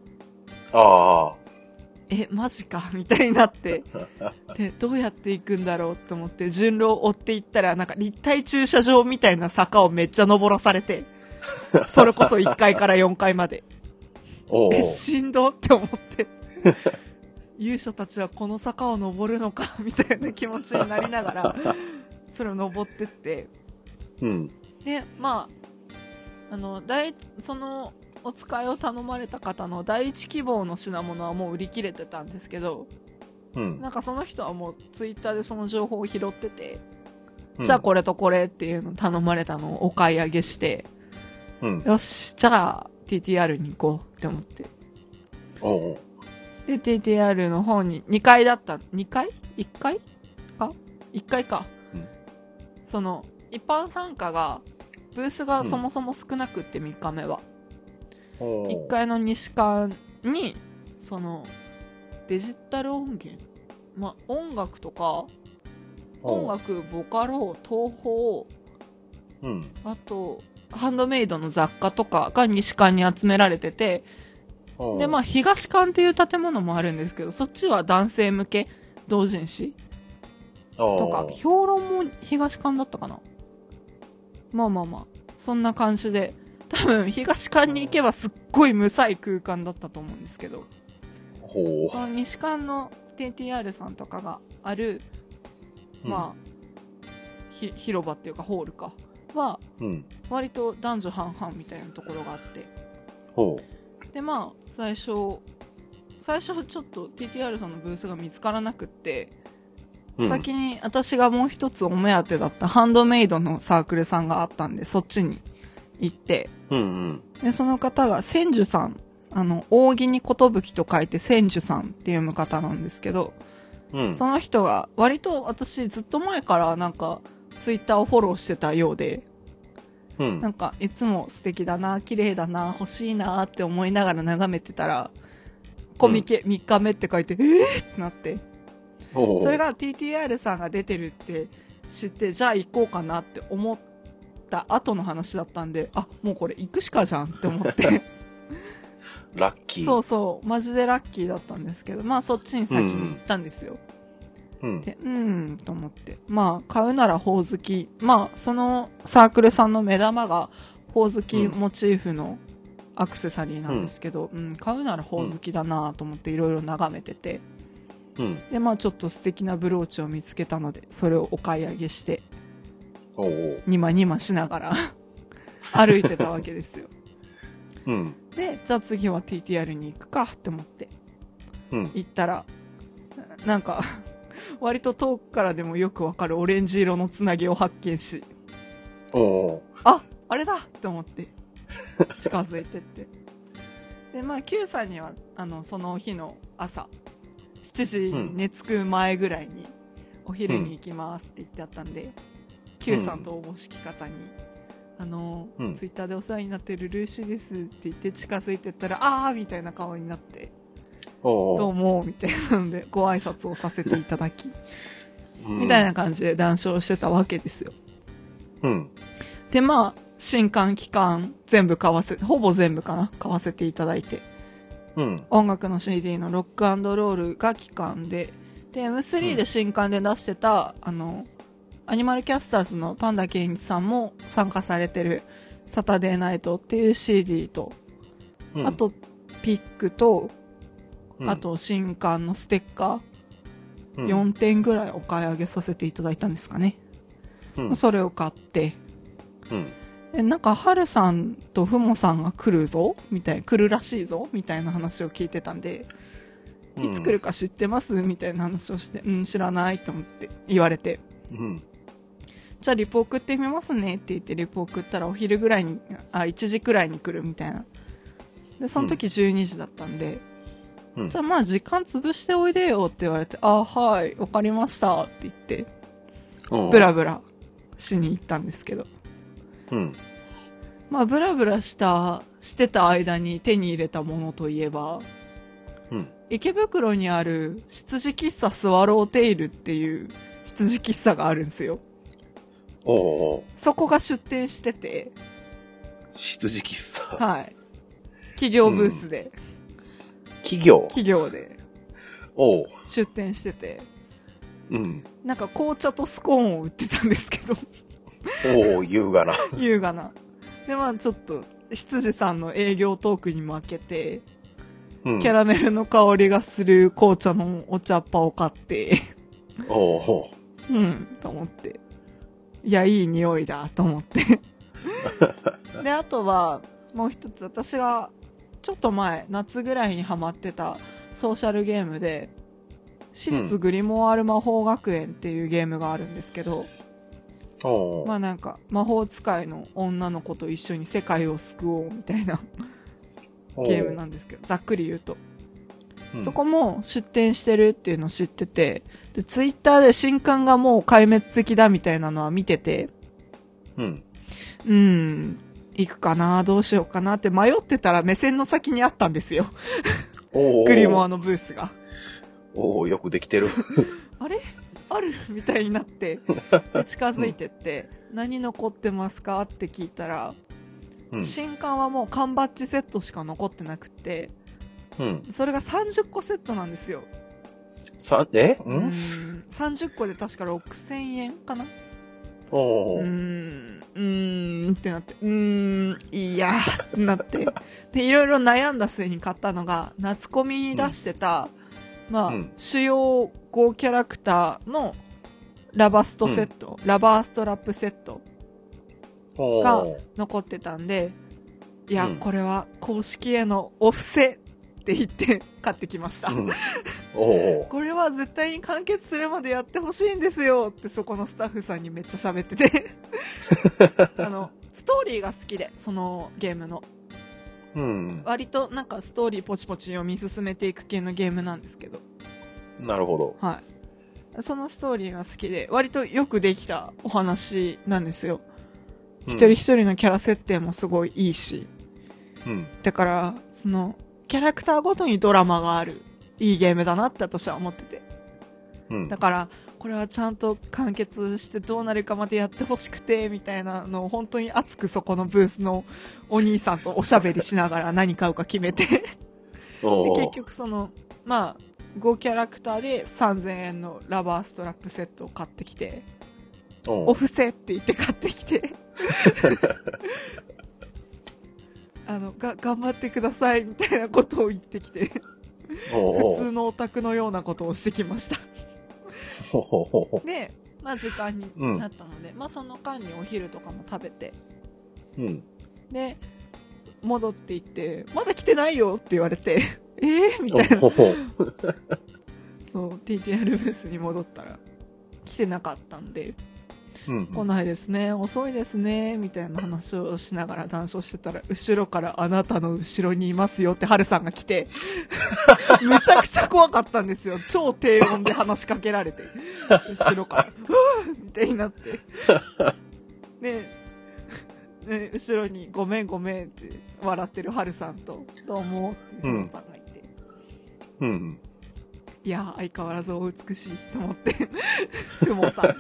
マジかみたいになって。で、どうやって行くんだろうって思って、順路を追って行ったら、なんか立体駐車場みたいな坂をめっちゃ登らされて、それこそ1階から4階まで。しんどって思って。勇者たちはこの坂を登るのかみたいな気持ちになりながら、それを登ってって、で、まあ、そのお使いを頼まれた方の第一希望の品物はもう売り切れてたんですけど、なんかその人はもうツイッターでその情報を拾ってて、じゃあこれとこれっていうの頼まれたのをお買い上げして、よし、じゃあ TTR に行こうって思って。で、TTR の方に2階だった、2階 ?1 階か ?1 階か。その、一般参加が、ブースがそもそも少なくって3日目は。1階の西館に、デジタル音源、音楽とか、音楽、ボカロ、東宝、あと、ハンドメイドの雑貨とかが西館に集められてて、で、東館っていう建物もあるんですけど、そっちは男性向け同人誌とか、評論も東館だったかな。まあ、そんな感じで、多分東館に行けばすっごい無さい空間だったと思うんですけど、 ほう。 その西館の TTR さんとかがある、まあ、広場っていうかホールかは、割と男女半々みたいなところがあって、でまあ最初ちょっと TTR さんのブースが見つからなくって、先に私がもう一つお目当てだったハンドメイドのサークルさんがあったんで、そっちに行って、でその方が千住さん、扇に寿と書いて千住さんって読む方なんですけど、その人が割と私ずっと前からなんかツイッターをフォローしてたようで、なんかいつも素敵だな、綺麗だな、欲しいなって思いながら眺めてたら、コミケ3日目って書いて、ってなって、それが TTR さんが出てるって知って、じゃあ行こうかなって思った後の話だったんで、あ、もうこれ行くしかじゃんって思ってラッキー。 そうそう、マジでラッキーだったんですけど、まあそっちに先に行ったんですよ。でと思って、まあ買うならほおずき、まあそのサークルさんの目玉がほおずきモチーフのアクセサリーなんですけど、買うならほおずきだなと思っていろいろ眺めてて、でまあちょっと素敵なブローチを見つけたので、それをお買い上げしてニマニマしながら歩いてたわけですよ。でじゃあ次は TTR に行くかって思って行ったら、なんか割と遠くからでもよくわかるオレンジ色のつなぎを発見し、あれだって思って近づいてってでまあ Q さんにはその日の朝7時に寝つく前ぐらいにお昼に行きますって言ってあったんで、Q さんとおぼしき方にツイッターでお世話になってるルーシーですって言って近づいてったら、あーみたいな顔になって、どうもみたいなのでご挨拶をさせていただき、みたいな感じで談笑してたわけですよ。でまあ新刊期間ほぼ全部かな買わせていただいて、音楽の CD のロック&ロールが期間で M3 で新刊で出してた、アニマルキャスターズのパンダケンイチさんも参加されてるサタデーナイトっていう CD と、あとピックと、あと新刊のステッカー、4点ぐらいお買い上げさせていただいたんですかね。それを買って、なんかハルさんとフモさんが来るらしいぞみたいな話を聞いてたんで、いつ来るか知ってますみたいな話をして、知らないと思って言われて、じゃあリポ送ってみますねって言ってリポ送ったらお昼ぐらいに1時くらいに来るみたいな。でその時12時だったんで、じゃあまあ時間潰しておいでよって言われて、はいわかりましたって言ってブラブラしに行ったんですけど、まあブラブラしてた間に手に入れたものといえば、池袋にある羊喫茶スワローテイルっていう羊喫茶があるんですよ。そこが出店してて、 羊喫茶、はい、企業ブースで、 企業で出店してて、なんか紅茶とスコーンを売ってたんですけど優雅なでまあちょっと羊さんの営業トークに負けて、キャラメルの香りがする紅茶のお茶っ葉を買ってと思って、いやいい匂いだと思ってであとはもう一つ、私がちょっと前夏ぐらいにハマってたソーシャルゲームで私立グリモワール魔法学園っていうゲームがあるんですけど、まあなんか魔法使いの女の子と一緒に世界を救おうみたいなゲームなんですけど、ざっくり言うと、そこも出店してるっていうのを知ってて、でツイッターで新刊がもう壊滅的だみたいなのは見てて、行くかなどうしようかなって迷ってたら目線の先にあったんですよグリモアのブースが。 よくできてるあれあるみたいになって近づいてって、何残ってますかって聞いたら、新刊はもう缶バッジセットしか残ってなくて、それが30個セットなんですよ。 30個で確か6000円かな。 ってなって、いやーってなって、で、いろいろ悩んだ末に買ったのが、夏コミに出してた、主要5キャラクターのラバストセット、ラバーストラップセットが残ってたんで、いや、これは公式へのお布施って言って買ってきました。これは絶対に完結するまでやってほしいんですよってそこのスタッフさんにめっちゃ喋っててストーリーが好きで、そのゲームの。割となんかストーリーポチポチ読み進めていく系のゲームなんですけど。 なるほど。 はい。そのストーリーが好きで、割とよくできたお話なんですよ。一人一人のキャラ設定もすごいいいし。だから、その、キャラクターごとにドラマがある、いいゲームだなって私は思ってて。だから、これはちゃんと完結してどうなるかまでやってほしくて、みたいなのを本当に熱くそこのブースのお兄さんとおしゃべりしながら何買うか決めてで、結局その、5キャラクターで3000円のラバーストラップセットを買ってきて、お布施って言って買ってきて頑張ってくださいみたいなことを言ってきて普通のオタクのようなことをしてきましたで、時間になったので、その間にお昼とかも食べて、で戻っていって、まだ来てないよって言われてみたいなそう TTR ブースに戻ったら来てなかったんで、来ないですね、遅いですねみたいな話をしながら談笑してたら、後ろからあなたの後ろにいますよってハルさんが来てめちゃくちゃ怖かったんですよ。超低音で話しかけられて後ろからみたいになってね、後ろにごめんごめんって笑ってるハルさんと、どうもってヒロさんがいて、いや相変わらずお美しいと思ってクモさん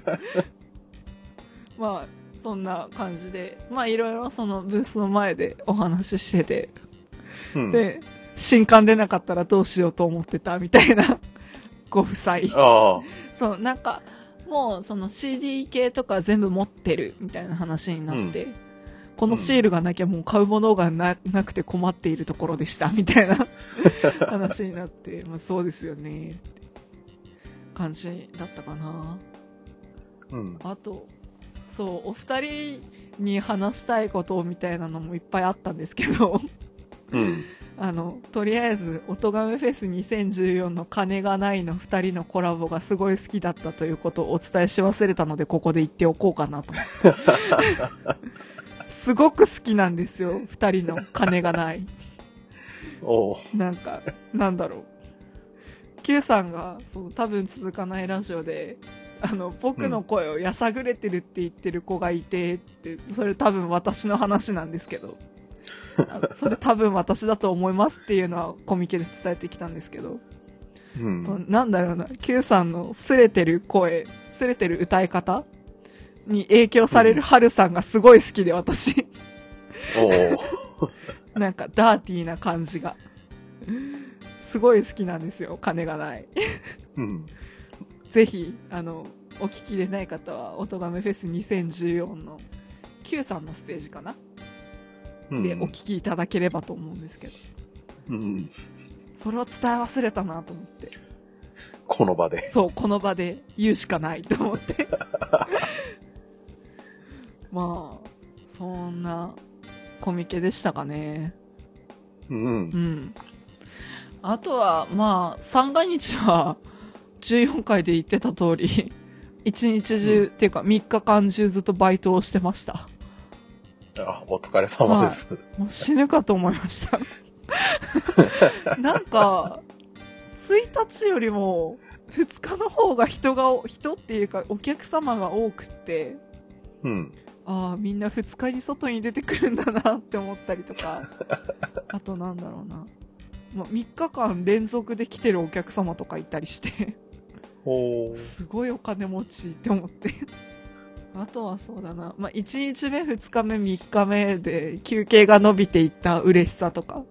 そんな感じで、いろいろそのブースの前でお話ししてて、で新刊出なかったらどうしようと思ってたみたいなご夫妻そう、なんかもうその CD 系とか全部持ってるみたいな話になって、このシールがなきゃもう買うものが なくて困っているところでしたみたいな話になってそうですよねって感じだったかな。あとそうお二人に話したいことみたいなのもいっぱいあったんですけどとりあえずおとがめフェス2014の金がないの2人のコラボがすごい好きだったということをお伝えし忘れたので、ここで言っておこうかなと思ってすごく好きなんですよ2人の金がないなんかなんだろう、Q さんがそう多分続かないラジオで僕の声をやさぐれてるって言ってる子がいてって、それ多分私の話なんですけどそれ多分私だと思いますっていうのはコミケで伝えてきたんですけど、そうなんだろうな、Q さんのすれてる声、すれてる歌い方に影響されるハルさんがすごい好きで、私なんかダーティーな感じがすごい好きなんですよ、金がないぜひお聞きでない方はおとがめフェス2014の Q さんのステージかな、でお聞きいただければと思うんですけど、それを伝え忘れたなと思って、 この場でこの場で言うしかないと思ってそんなコミケでしたかね。あとは三が日は14回で言ってた通り一日中、っていうか3日間中ずっとバイトをしてました。 お疲れ様です、 もう死ぬかと思いましたなんか1日よりも2日の方が人っていうかお客様が多くって、みんな2日に外に出てくるんだなって思ったりとかあとなんだろうな、3日間連続で来てるお客様とかいたりしてすごいお金持ちって思ってあとはそうだな、1日目2日目3日目で休憩が伸びていった嬉しさとか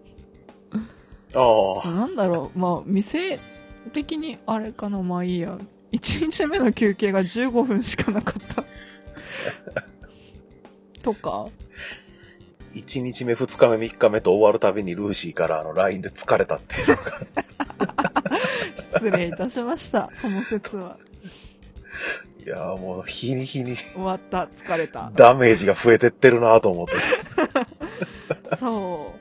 なんだろう、店的にあれかな、いいや、1日目の休憩が15分しかなかったとか。 1日目、2日目、3日目と終わるたびにルーシーからLINE で疲れたっていうのが。 失礼いたしました、その説は。 いやーもう日に日に。 終わった、疲れた。 ダメージが増えてってるなと思って。 そう。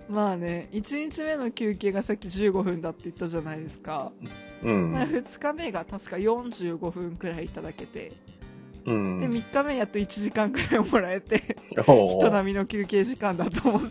まあね、1日目の休憩がさっき15分だって言ったじゃないですか。 うん。 2日目が確か45分くらいいただけて。 うん。 で、3日目やっと1時間くらいもらえて、人並みの休憩時間だと思って。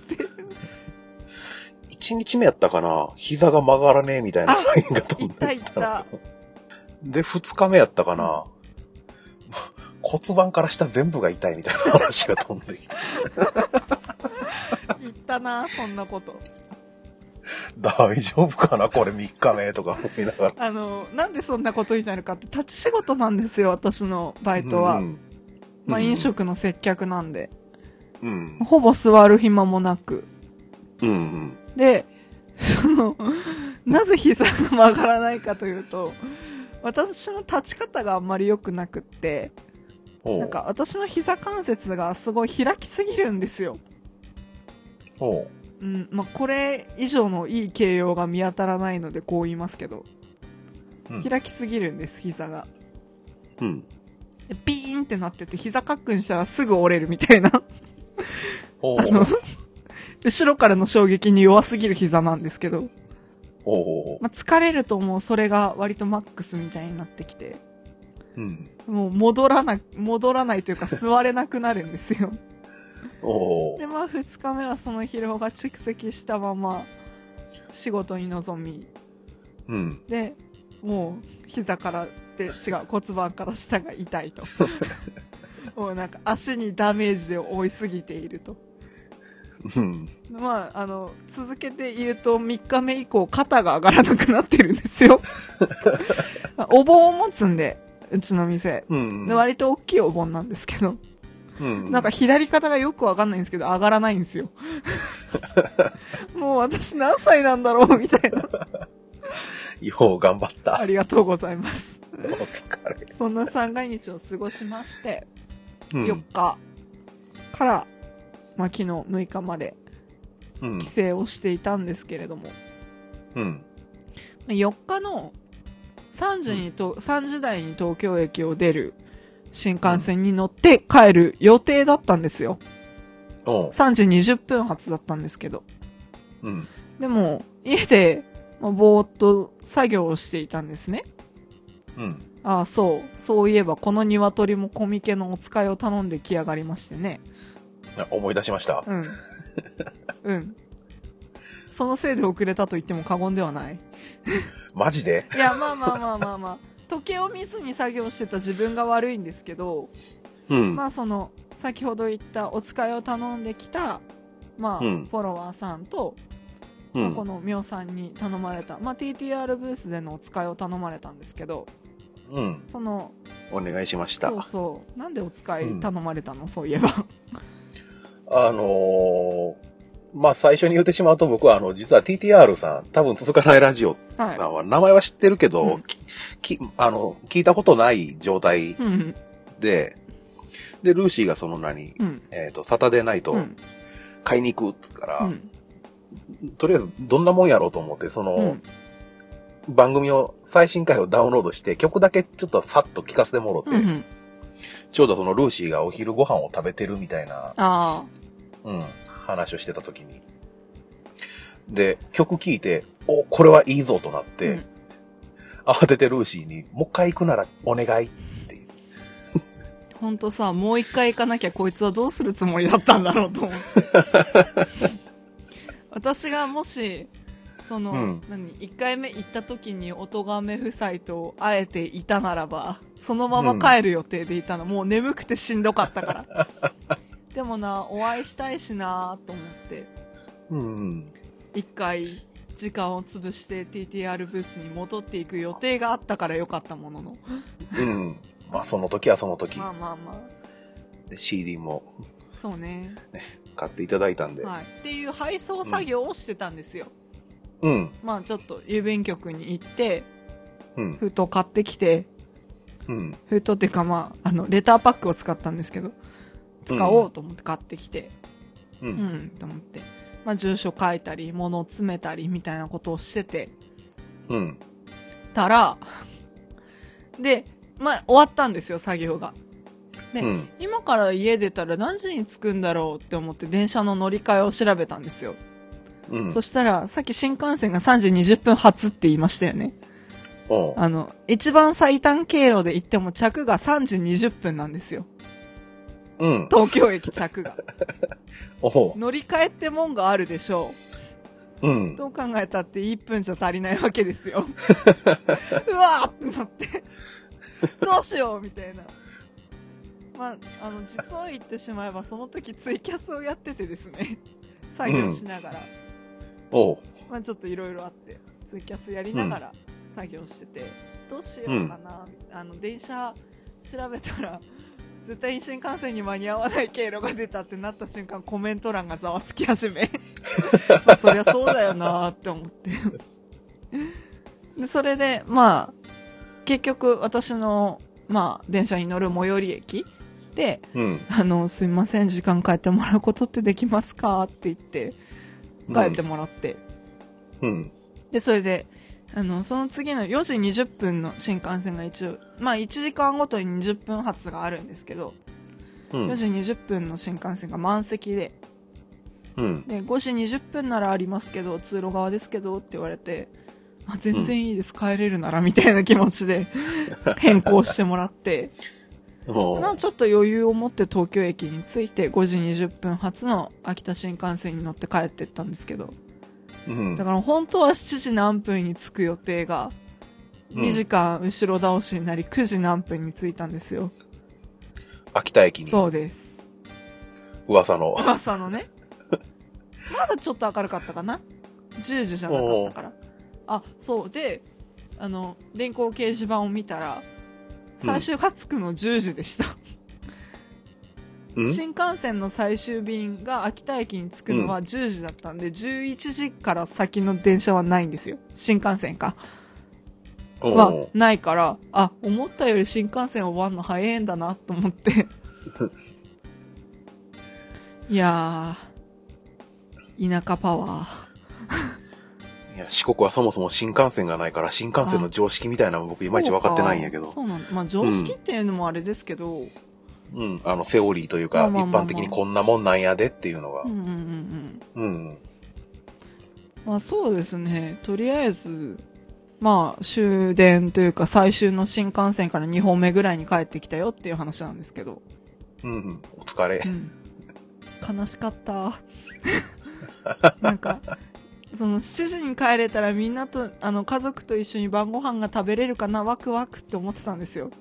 1日目やったかな、膝が曲がらねえみたいなラインが飛んでいた。 で、2日目やったかな、骨盤から下全部が痛いみたいな話が飛んできて。 言ったな、そんなこと。 大丈夫かなこれ3日目とか思いながら。 なんでそんなことになるかって、立ち仕事なんですよ、私のバイトは。うん、まあ、飲食の接客なんで。うん。ほぼ座る暇もなく。うんうん。で、なぜ膝が曲がらないかというと、私の立ち方があんまり良くなくって、なんか私の膝関節がすごい開きすぎるんですよ。うん、まあ、これ以上のいい形容が見当たらないのでこう言いますけど、うん、開きすぎるんです、膝が。うん。でピーンってなってて、膝カックンしたらすぐ折れるみたいな。後ろからの衝撃に弱すぎる膝なんですけど、まあ、疲れるともうそれが割とマックスみたいになってきて、うん、もう戻らないというか座れなくなるんですよ。で、まあ2日目はその疲労が蓄積したまま仕事に臨み、うん、で、もう膝からで骨盤から下が痛いと。もうなんか足にダメージを負いすぎていると。うん、まあ、続けて言うと3日目以降肩が上がらなくなってるんですよ。お盆を持つんで、うちの店、うん、で割と大きいお盆なんですけど、うん、なんか左肩がよくわかんないんですけど上がらないんですよ。もう私何歳なんだろうみたいな。 よう頑張った。 ありがとうございます。 お疲れ。 そんな三が日を過ごしまして、4日から、まあ、昨日6日まで帰省をしていたんですけれども、うん、4日の3時台に東京駅を出る新幹線に乗って帰る予定だったんですよ。3時20分発だったんですけど、うん、でも家で、ぼーっと作業をしていたんですね。うん、ああ、そういえばこの鶏もコミケのお使いを頼んできやがりましてね。 思い出しました。 うん。うん。そのせいで遅れたと言っても過言ではない。 マジで？ いや、まあ。時計を見ずに作業してた自分が悪いんですけど、うん、まあ先ほど言ったお使いを頼んできた、まあ、フォロワーさんと、まあ、このミョウさんに頼まれた、まあ、TTR ブースでのお使いを頼まれたんですけど、うん。 お願いしました。 そう。なんでお使い頼まれたの、そういえば。 まあ、最初に言ってしまうと僕は実は TTR さん、多分続かないラジオさんは、名前は知ってるけど、聞いたことない状態で、で、ルーシーがサタデーナイト買いに行くって言うから、とりあえずどんなもんやろうと思って、番組最新回をダウンロードして、曲だけちょっとさっと聞かせてもろって、ちょうどルーシーがお昼ご飯を食べてるみたいな、話をしてた時に。で、曲聴いて、これはいいぞとなって、慌ててルーシーに、もう一回行くならお願いっていう。 ほんとさ、もう一回行かなきゃこいつはどうするつもりだったんだろうと思って。私がもし、1回目行った時に音亀夫妻と会えていたならば、そのまま帰る予定でいたの。もう眠くてしんどかったから。でもな、お会いしたいしなと思って、一回時間を潰して TTR ブースに戻っていく予定があったからよかったものの。 まあその時はその時。 まあ。 で CD も。 そうね。 買っていただいたんで。 はい。っていう配送作業をしてたんですよ。まあちょっと郵便局に行って、ふと買ってきて、 封筒っていうかレターパックを使ったんですけど、使おうと思って買ってきて、と思って、住所書いたり、物を詰めたりみたいなことをしてて、たら、で、終わったんですよ、作業が。で、今から家出たら何時に着くんだろうって思って電車の乗り換えを調べたんですよ。そしたら、さっき新幹線が3時20分発って言いましたよね。一番最短経路で行っても着が3時20分なんですよ。東京駅着が。乗り換えってもんがあるでしょう。どう考えたって1分じゃ足りないわけですよ。うわーってなって。どうしようみたいな。実を言ってしまえばその時ツイキャスをやっててですね。作業しながら。ちょっといろいろあって、ツイキャスやりながら作業してて、どうしようかな。電車調べたら、絶対に新幹線に間に合わない経路が出たってなった瞬間、コメント欄がざわつき始め。そりゃそうだよなーって思って。で、それで、結局私の、電車に乗る最寄り駅で、すいません、時間変えてもらうことってできますかって言って、変えてもらって。で、それで、その次の4時20分の新幹線が一応、1時間ごとに20分発があるんですけど、4時20分の新幹線が満席で、で、5時20分ならありますけど、通路側ですけどって言われて、全然いいです、帰れるならみたいな気持ちで変更してもらって、ちょっと余裕を持って東京駅に着いて5時20分発の秋田新幹線に乗って帰ってったんですけど、だから本当は7時何分に着く予定が2時間後ろ倒しになり9時何分に着いたんですよ。 秋田駅に。 そうです。 噂のね。まだちょっと明るかったかな。10時じゃなかったから。そうで、電光掲示板を見たら最終が着くの10時でした。新幹線の最終便が秋田駅に着くのは10時だったんで、11時から先の電車はないんですよ。新幹線か。はないから、思ったより新幹線終わるの早いんだなと思って。いやー、田舎パワー。 いや、四国はそもそも新幹線がないから、新幹線の常識みたいなの僕いまいち分かってないんやけど。 そうなんだ。常識っていうのもあれですけど、 セオリーというか、一般的にこんなもんなんやでっていうのが。 そうですね。とりあえず、終電というか最終の新幹線から2本目ぐらいに帰ってきたよっていう話なんですけど。 お疲れ。 悲しかった。なんか、その7時に帰れたらみんなと、家族と一緒に晩ご飯が食べれるかな、ワクワクって思ってたんですよ。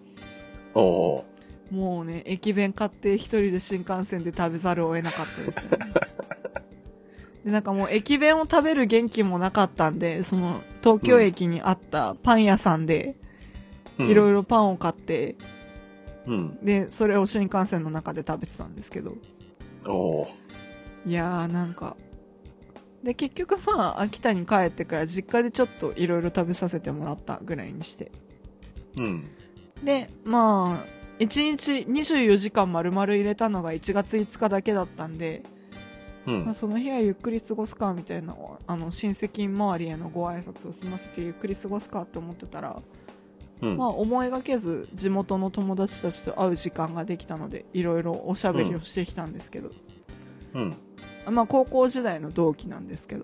もうね、駅弁買って一人で新幹線で食べざるを得なかったですね。で、なんかもう駅弁を食べる元気もなかったんで、その東京駅にあったパン屋さんで、いろいろパンを買って、で、それを新幹線の中で食べてたんですけど。いやーなんか、で、結局秋田に帰ってから実家でちょっといろいろ食べさせてもらったぐらいにして。で、1日24時間丸々入れたのが1月5日だけだったんで、その日はゆっくり過ごすかみたいな、親戚周りへのご挨拶を済ませてゆっくり過ごすかって思ってたら、思いがけず地元の友達たちと会う時間ができたので、いろいろおしゃべりをしてきたんですけど、高校時代の同期なんですけど、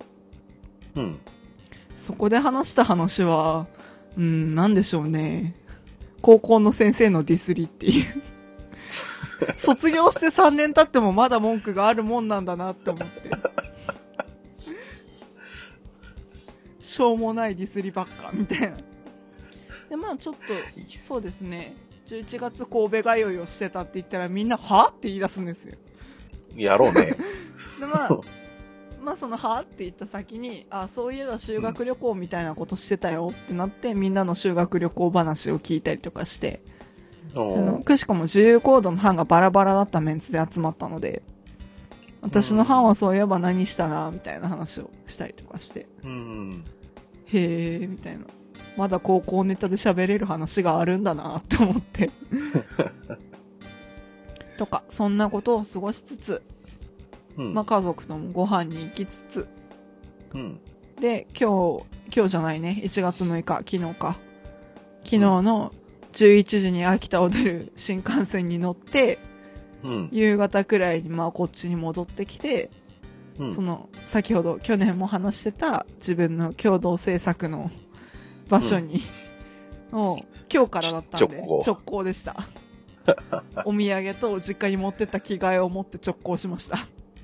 そこで話した話は、なんでしょうね。高校の先生のディスりっていう。卒業して3年経ってもまだ文句があるもんなんだなって思って。しょうもないディスりばっか、みたいな。で、ちょっと、そうですね。11月神戸通いをしてたって言ったらみんな、はって言い出すんですよ。 やろうね。で、 そのはって言った先に、そういえば修学旅行みたいなことしてたよってなって、みんなの修学旅行話を聞いたりとかして、くしくも自由行動の班がバラバラだったメンツで集まったので、私の班はそういえば何したなみたいな話をしたりとかして、へーみたいな。 まだ高校ネタで喋れる話があるんだなって思ってとかそんなことを過ごしつつ、まあ家族ともご飯に行きつつ、で今日じゃないね、1月6日昨日の11時に秋田を出る新幹線に乗って、夕方くらいにまあこっちに戻ってきて、その先ほど去年も話してた自分の共同制作の場所に、今日からだったんで直行でしたお土産と実家に持ってった着替えを持って直行しました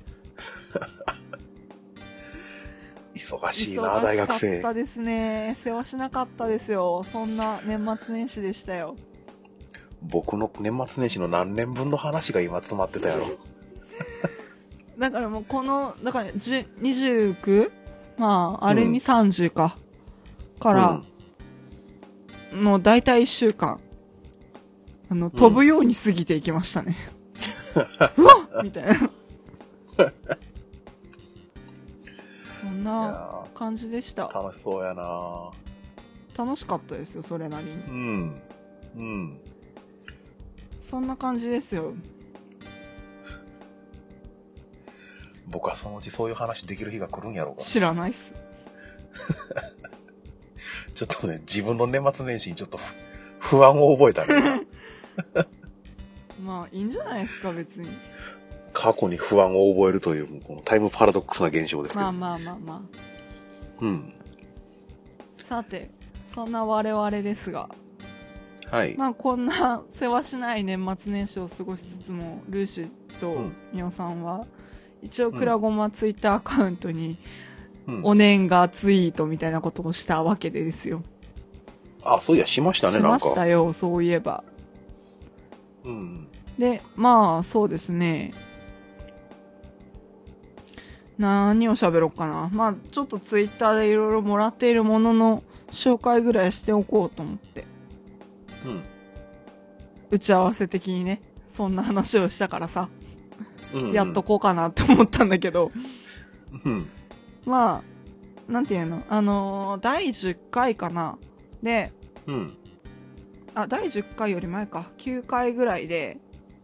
忙しいな、大学生。 忙しかったですね。世話しなかったですよ。そんな年末年始でしたよ。 僕の年末年始の何年分の話が今詰まってたやろだからもうだから、29? まあ、ある意味30か。からの大体1週間、飛ぶように過ぎていきましたね。うわっみたいな。そんな感じでした。 楽しそうやな。 楽しかったですよ、それなりに。そんな感じですよ。 僕はそのうちそういう話できる日が来るんやろうか。 知らないっす。 ちょっとね、自分の年末年始にちょっと不安を覚えたね。 まあいいんじゃないですか、別に。 過去に不安を覚えるという、このタイムパラドックスな現象ですけど。 まあ。さて、そんな我々ですが。 はい。 まあこんな世話しない年末年始を過ごしつつも、ルーシーとミオさんは、一応クラゴマツイッターアカウントに、お年賀ツイートみたいなことをしたわけでですよ。 あ、そういやしましたね、 しましたよ、そういえば。で、まあそうですね。何を喋ろうかな。まあちょっとツイッターでいろいろもらっているものの紹介ぐらいしておこうと思って。打ち合わせ的にね、そんな話をしたからさ、やっとこうかなって思ったんだけど、まあなんていうの、第10回かなで、第10回より前か、9回ぐらいで、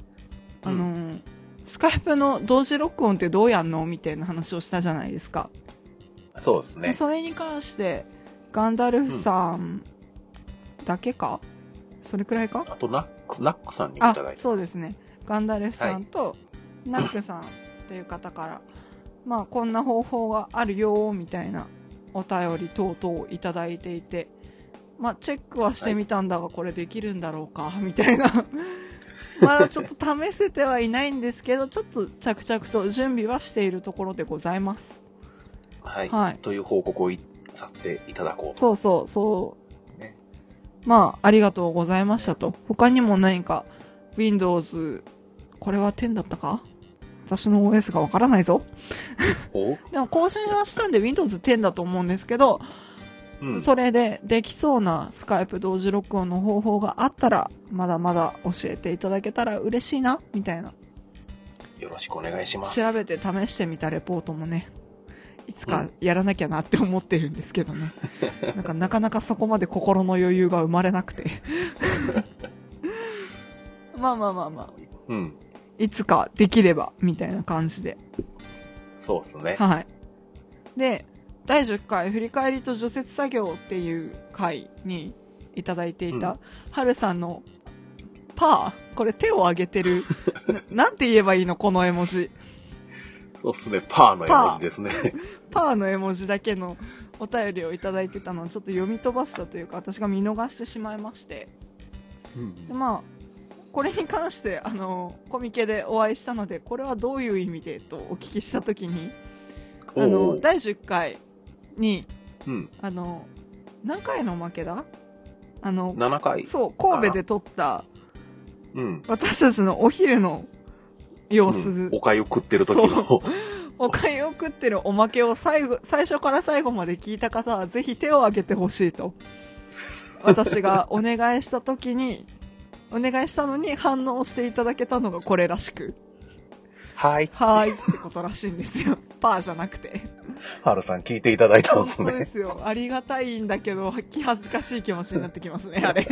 スカイプの同時録音ってどうやんのみたいな話をしたじゃないですか。 そうですね。 それに関してガンダルフさんだけか、それくらいか。 あとナックさんにもいただいて。 そうですね。ガンダルフさんとナックさんっていう方から、まあこんな方法があるよみたいなお便り等々いただいていて、まあチェックはしてみたんだが、これできるんだろうかみたいな。まだちょっと試せてはいないんですけど、ちょっと着々と準備はしているところでございます。 はい。という報告をさせていただこう。 そう。ね、まあ、ありがとうございましたと。他にも何か、Windows、これは10だったか？私の OS がわからないぞ。でも更新はしたんで Windows 10だと思うんですけど、それでできそうなスカイプ同時録音の方法があったら、まだまだ教えていただけたら嬉しいな、みたいな。 よろしくお願いします。 調べて試してみたレポートもね、いつかやらなきゃなって思ってるんですけどね。なかなかそこまで心の余裕が生まれなくて。まあ。いつかできれば、みたいな感じで。 そうですね。 はい。で、第10回振り返りと除雪作業っていう回にいただいていた、はるさんのパー、これ手を挙げてるなんて言えばいいのこの絵文字。 そうですね、パーの絵文字ですね。 パーの絵文字だけのお便りをいただいてたのをちょっと読み飛ばしたというか、私が見逃してしまいまして、でまあこれに関してコミケでお会いしたので、これはどういう意味でとお聞きしたときに、第10回に、何回のおまけだ 7回。 そう、神戸で撮った、私たちのお昼の様子、 お粥食ってる時のお粥を食ってるおまけを最初から最後まで聞いた方はぜひ手を挙げてほしいと私がお願いした時に、お願いしたのに反応していただけたのがこれらしく、 はいってことらしいんですよ。パーじゃなくてはるさん聞いていただいたんですね。 そうですよ。ありがたいんだけど、気恥ずかしい気持ちになってきますね、あれ。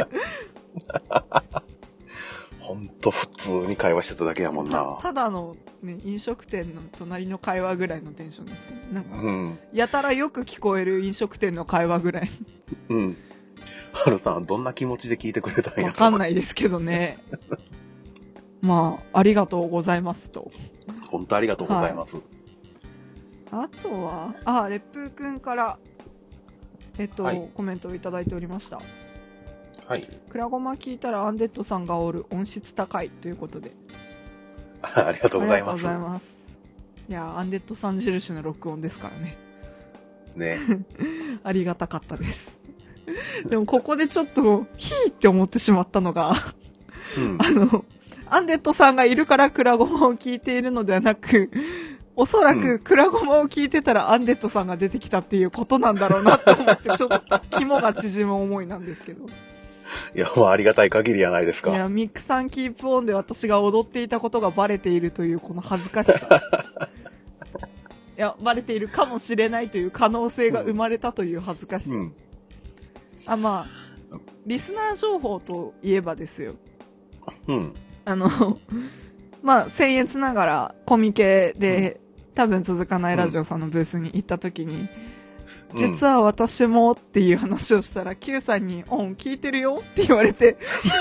ほんと普通に会話してただけやもんな。 ただの、ね、飲食店の隣の会話ぐらいのテンションですけど、なんか、 うん。 やたらよく聞こえる飲食店の会話ぐらい。 うん。はるさん、どんな気持ちで聞いてくれたんやろ。 わかんないですけどね。まあ、ありがとうございますと。 本当ありがとうございます。 はい、あとは、烈風くんから、はい、コメントをいただいておりました。 はい。 くらごま聞いたらアンデッドさんがおる音質高いということで。 ありがとうございます。 ありがとうございます。いや、アンデッドさん印の録音ですからね。 ね。 ありがたかったです。でもここでちょっと、ヒーって思ってしまったのが、 うん、 アンデッドさんがいるからクラゴマを聞いているのではなく、おそらくクラゴマを聞いてたらアンデッドさんが出てきたっていうことなんだろうなと思って、ちょっと肝が縮む思いなんですけど。 いや、もうありがたい限りやないですか。 いや、ミックさんキープオンで私が踊っていたことがバレているというこの恥ずかしさ。いや、バレているかもしれないという可能性が生まれたという恥ずかしさ。うん、まあ、リスナー情報といえばですよ。 うん。 まあ、僭越ながらコミケで、多分続かないラジオさんのブースに行った時に、実は私もっていう話をしたら、Q さんに、聞いてるよって言われて、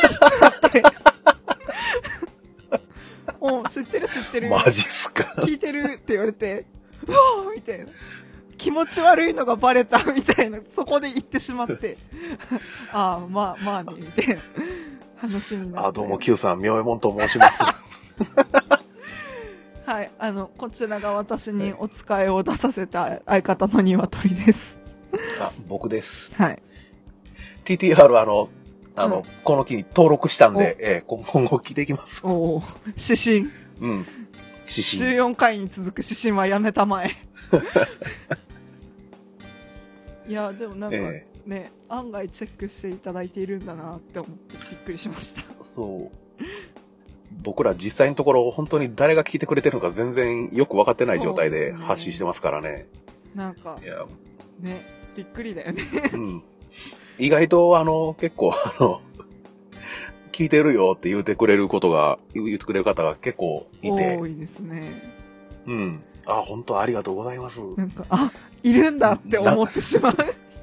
知ってる知ってる。 マジっすか。 聞いてるって言われて、うわーみたいな。気持ち悪いのがバレたみたいな、そこで言ってしまって、まあね、みたいな話になって。 どうも Q さん、妙右衛門と申します。 はい、こちらが私にお使いを出させた相方の鶏です。 僕です。 はい。 TTR この機に登録したんで、今後聞いていきます。 指針。 うん。指針。 14回に続く指針はやめたまえ。いや、でもなんかね、案外チェックしていただいているんだなって思ってびっくりしました。 そう。僕ら実際のところ本当に誰が聞いてくれてるのか全然よく分かってない状態で発信してますからね。 なんか、ね、びっくりだよね。 うん。意外と結構聞いてるよって言ってくれる方が結構いて。 多いですね。 うん。本当ありがとうございます。 なんか、いるんだって思ってしまう。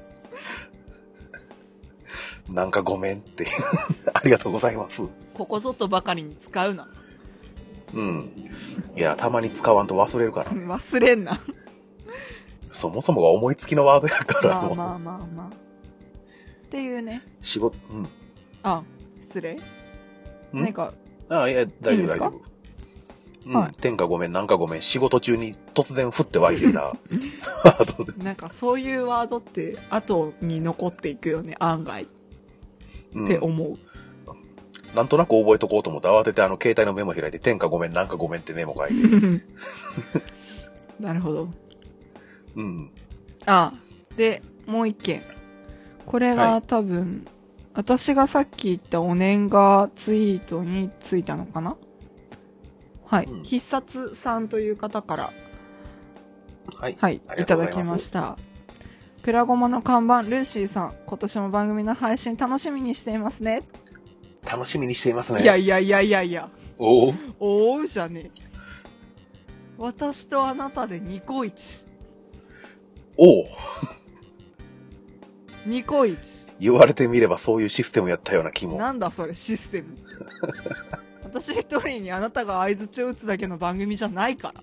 なんかごめんってありがとうございます。 ここぞとばかりに使うな。 うん。いや、たまに使わんと忘れるから、ね。 忘れんな。 そもそもが思いつきのワードやから。 まあ。っていうね。 仕事、うん。 失礼。何か。 いや、大丈夫、大丈夫。はい。天下ごめん、なんかごめん、仕事中に突然降って湧いていたワードです。 なんかそういうワードって後に残っていくよね、案外。って思う。 なんとなく覚えとこうと思って慌てて携帯のメモ開いて天下ごめん、なんかごめんってメモ書いて。 なるほど。 うん。 で、もう一件。これが多分、私がさっき言ったお年賀ツイートについたのかな？はい。必殺さんという方から、はい、いただきました。くらごまの看板、ルーシーさん、今年も番組の配信楽しみにしていますね。 楽しみにしていますね。 いや。おうじゃねえ。私とあなたでニコイチ。ニコイチ。 言われてみればそういうシステムやったような気も。 なんだそれ、システム。私一人にあなたが相槌を打つだけの番組じゃないから。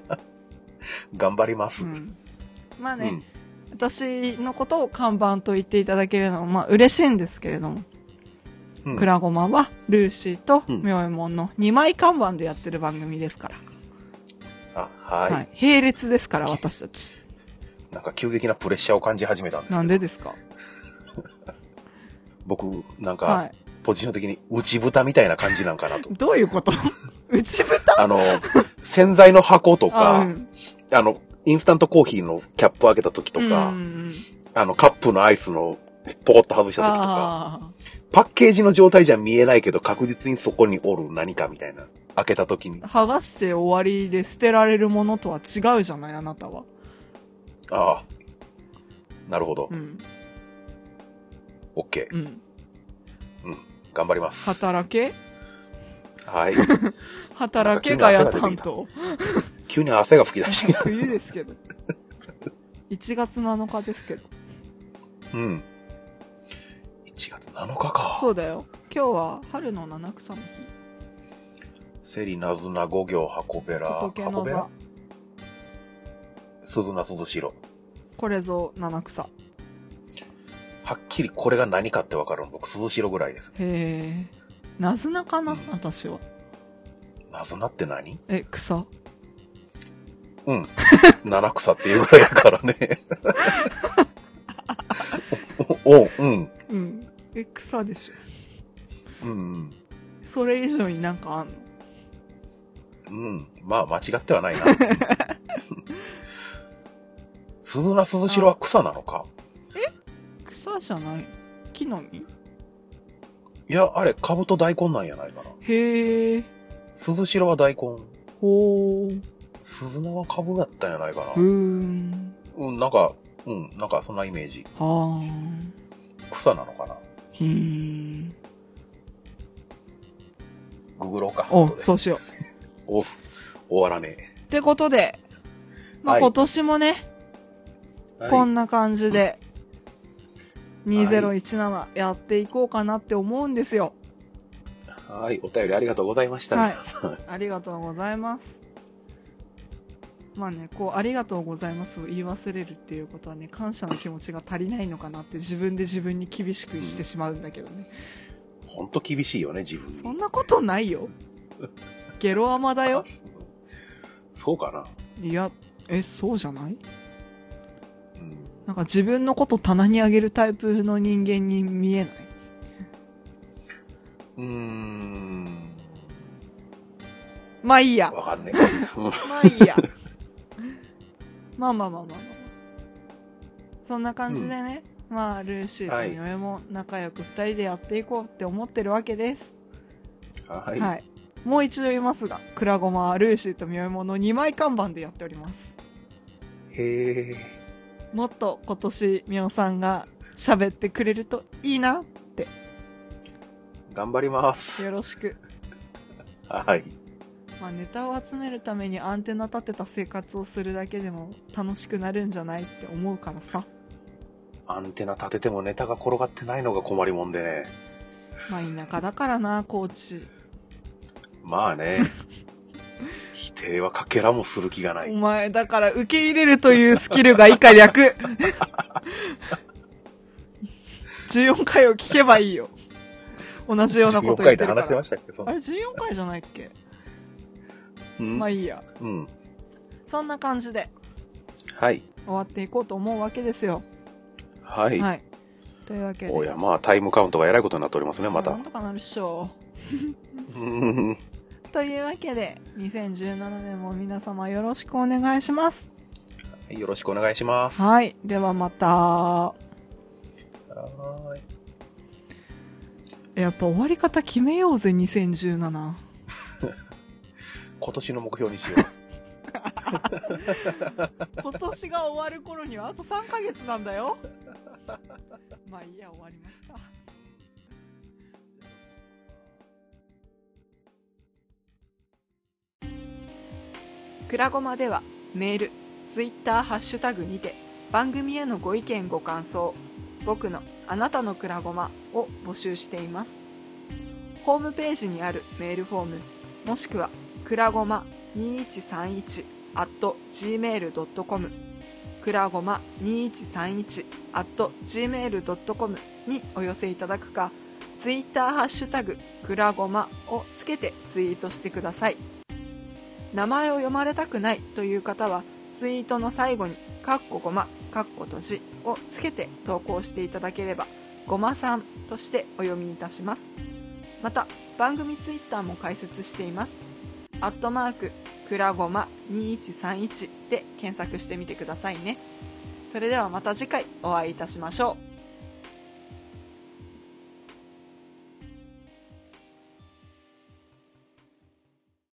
頑張ります。 まあね、私のことを看板と言っていただけるのは嬉しいんですけれども、くらごまはルーシーと妙右衛門の2枚看板でやってる番組ですから。はい。並列ですから、私たち。 なんか急激なプレッシャーを感じ始めたんですけど。 なんでですか？ 僕、なんか、ポジション的に内蓋みたいな感じなんかなと。 どういうこと？内蓋？ 洗剤の箱とか、インスタントコーヒーのキャップ開けた時とか、カップのアイスのポコッと外した時とか、パッケージの状態じゃ見えないけど確実にそこにおる何かみたいな、 開けた時に。 剥がして終わりで捨てられるものとは違うじゃない、あなたは。 ああ。なるほど。 うん。 OK。 うん。 うん。頑張ります。 働けはい。 働けがや担当。 急に汗が吹き出してきた。 冬ですけど。1月7日ですけど。 うん。1月7日か。 そうだよ。今日は春の七草の日。 セリナズナ五行箱べら。 仏の座。 鈴名鈴代。 これぞ七草。 はっきりこれが何かってわかるの僕鈴代ぐらいです。 へえ。ナズナかな、私は。 ナズナって何？ 草。 うん。七草っていうぐらいやからね。うん。 うん。草でしょ。 うんうん。 それ以上になんかあんの？ うん。まあ間違ってはないな。鈴名鈴代は草なのか？ 草じゃない？木の実？ いや、あれ、カブと大根なんやないかな。 へえ。 鈴代は大根。 ほー。 鈴名はカブだったんやないかな。 うん、 なんかそんなイメージ。 はあ。草なのかな。ググろうか。 そうしよう。終わらねえ。 ってことで、まあ、はい、今年もね、はい、こんな感じで、2017やっていこうかなって思うんですよ。 はい、お便りありがとうございました。 はい、ありがとうございます。まあね、ありがとうございますを言い忘れるっていうことはね、感謝の気持ちが足りないのかなって自分で自分に厳しくしてしまうんだけどね。 ほんと厳しいよね、自分に。 そんなことないよ。ゲロアマだよ。 そうかな。 いや、そうじゃない？なんか自分のこと棚にあげるタイプの人間に見えない？まあいいや。 わかんねえ。 まあいいや。まあ。そんな感じでね、まあルーシーとミオエも仲良く2人でやっていこうって思ってるわけです。 はい。 はい。もう一度言いますが、クラゴマはルーシーとミオエモの2枚看板でやっております。 へえ。 もっと今年ミオさんが喋ってくれるといいなって。 頑張ります。 よろしく。 はい。 まあネタを集めるためにアンテナ立てた生活をするだけでも楽しくなるんじゃないって思うからさ。 アンテナ立ててもネタが転がってないのが困りもんでね。 まあ田舎だからな、高知。 まあね。否定はかけらもする気がない。 お前、だから受け入れるというスキルが以下略。14回を聞けばいいよ。同じようなこと言ってるから。 14回で話してましたっけ？ あれ14回じゃないっけ？まあいいや。 うん。 そんな感じで。 はい。 終わっていこうと思うわけですよ。 はい。 はい。というわけで。 おや、まあタイムカウントがえらいことになっておりますね、また。 なんとかなるっしょ。というわけで、2017年も皆様よろしくお願いします。 はい、よろしくお願いします。 はい。ではまた。 はい。 やっぱ終わり方決めようぜ、2017。 今年の目標にしよう。 今年が終わる頃にはあと3ヶ月なんだよ。まあいいや、終わりますか。くらごまではメール、ツイッター、ハッシュタグにて番組へのご意見ご感想、僕のあなたのくらごまを募集しています。ホームページにあるメールフォーム、もしくはくらごま2131@gmail.com くらごま2131@gmail.com にお寄せいただくか、ツイッターハッシュタグくらごまをつけてツイートしてください。名前を読まれたくないという方はツイートの最後にかっこごまかっこ閉じをつけて投稿していただければごまさんとしてお読みいたします。また番組ツイッターも開設しています。@くらごま2131で検索してみてくださいね。それではまた次回お会いいたしましょう。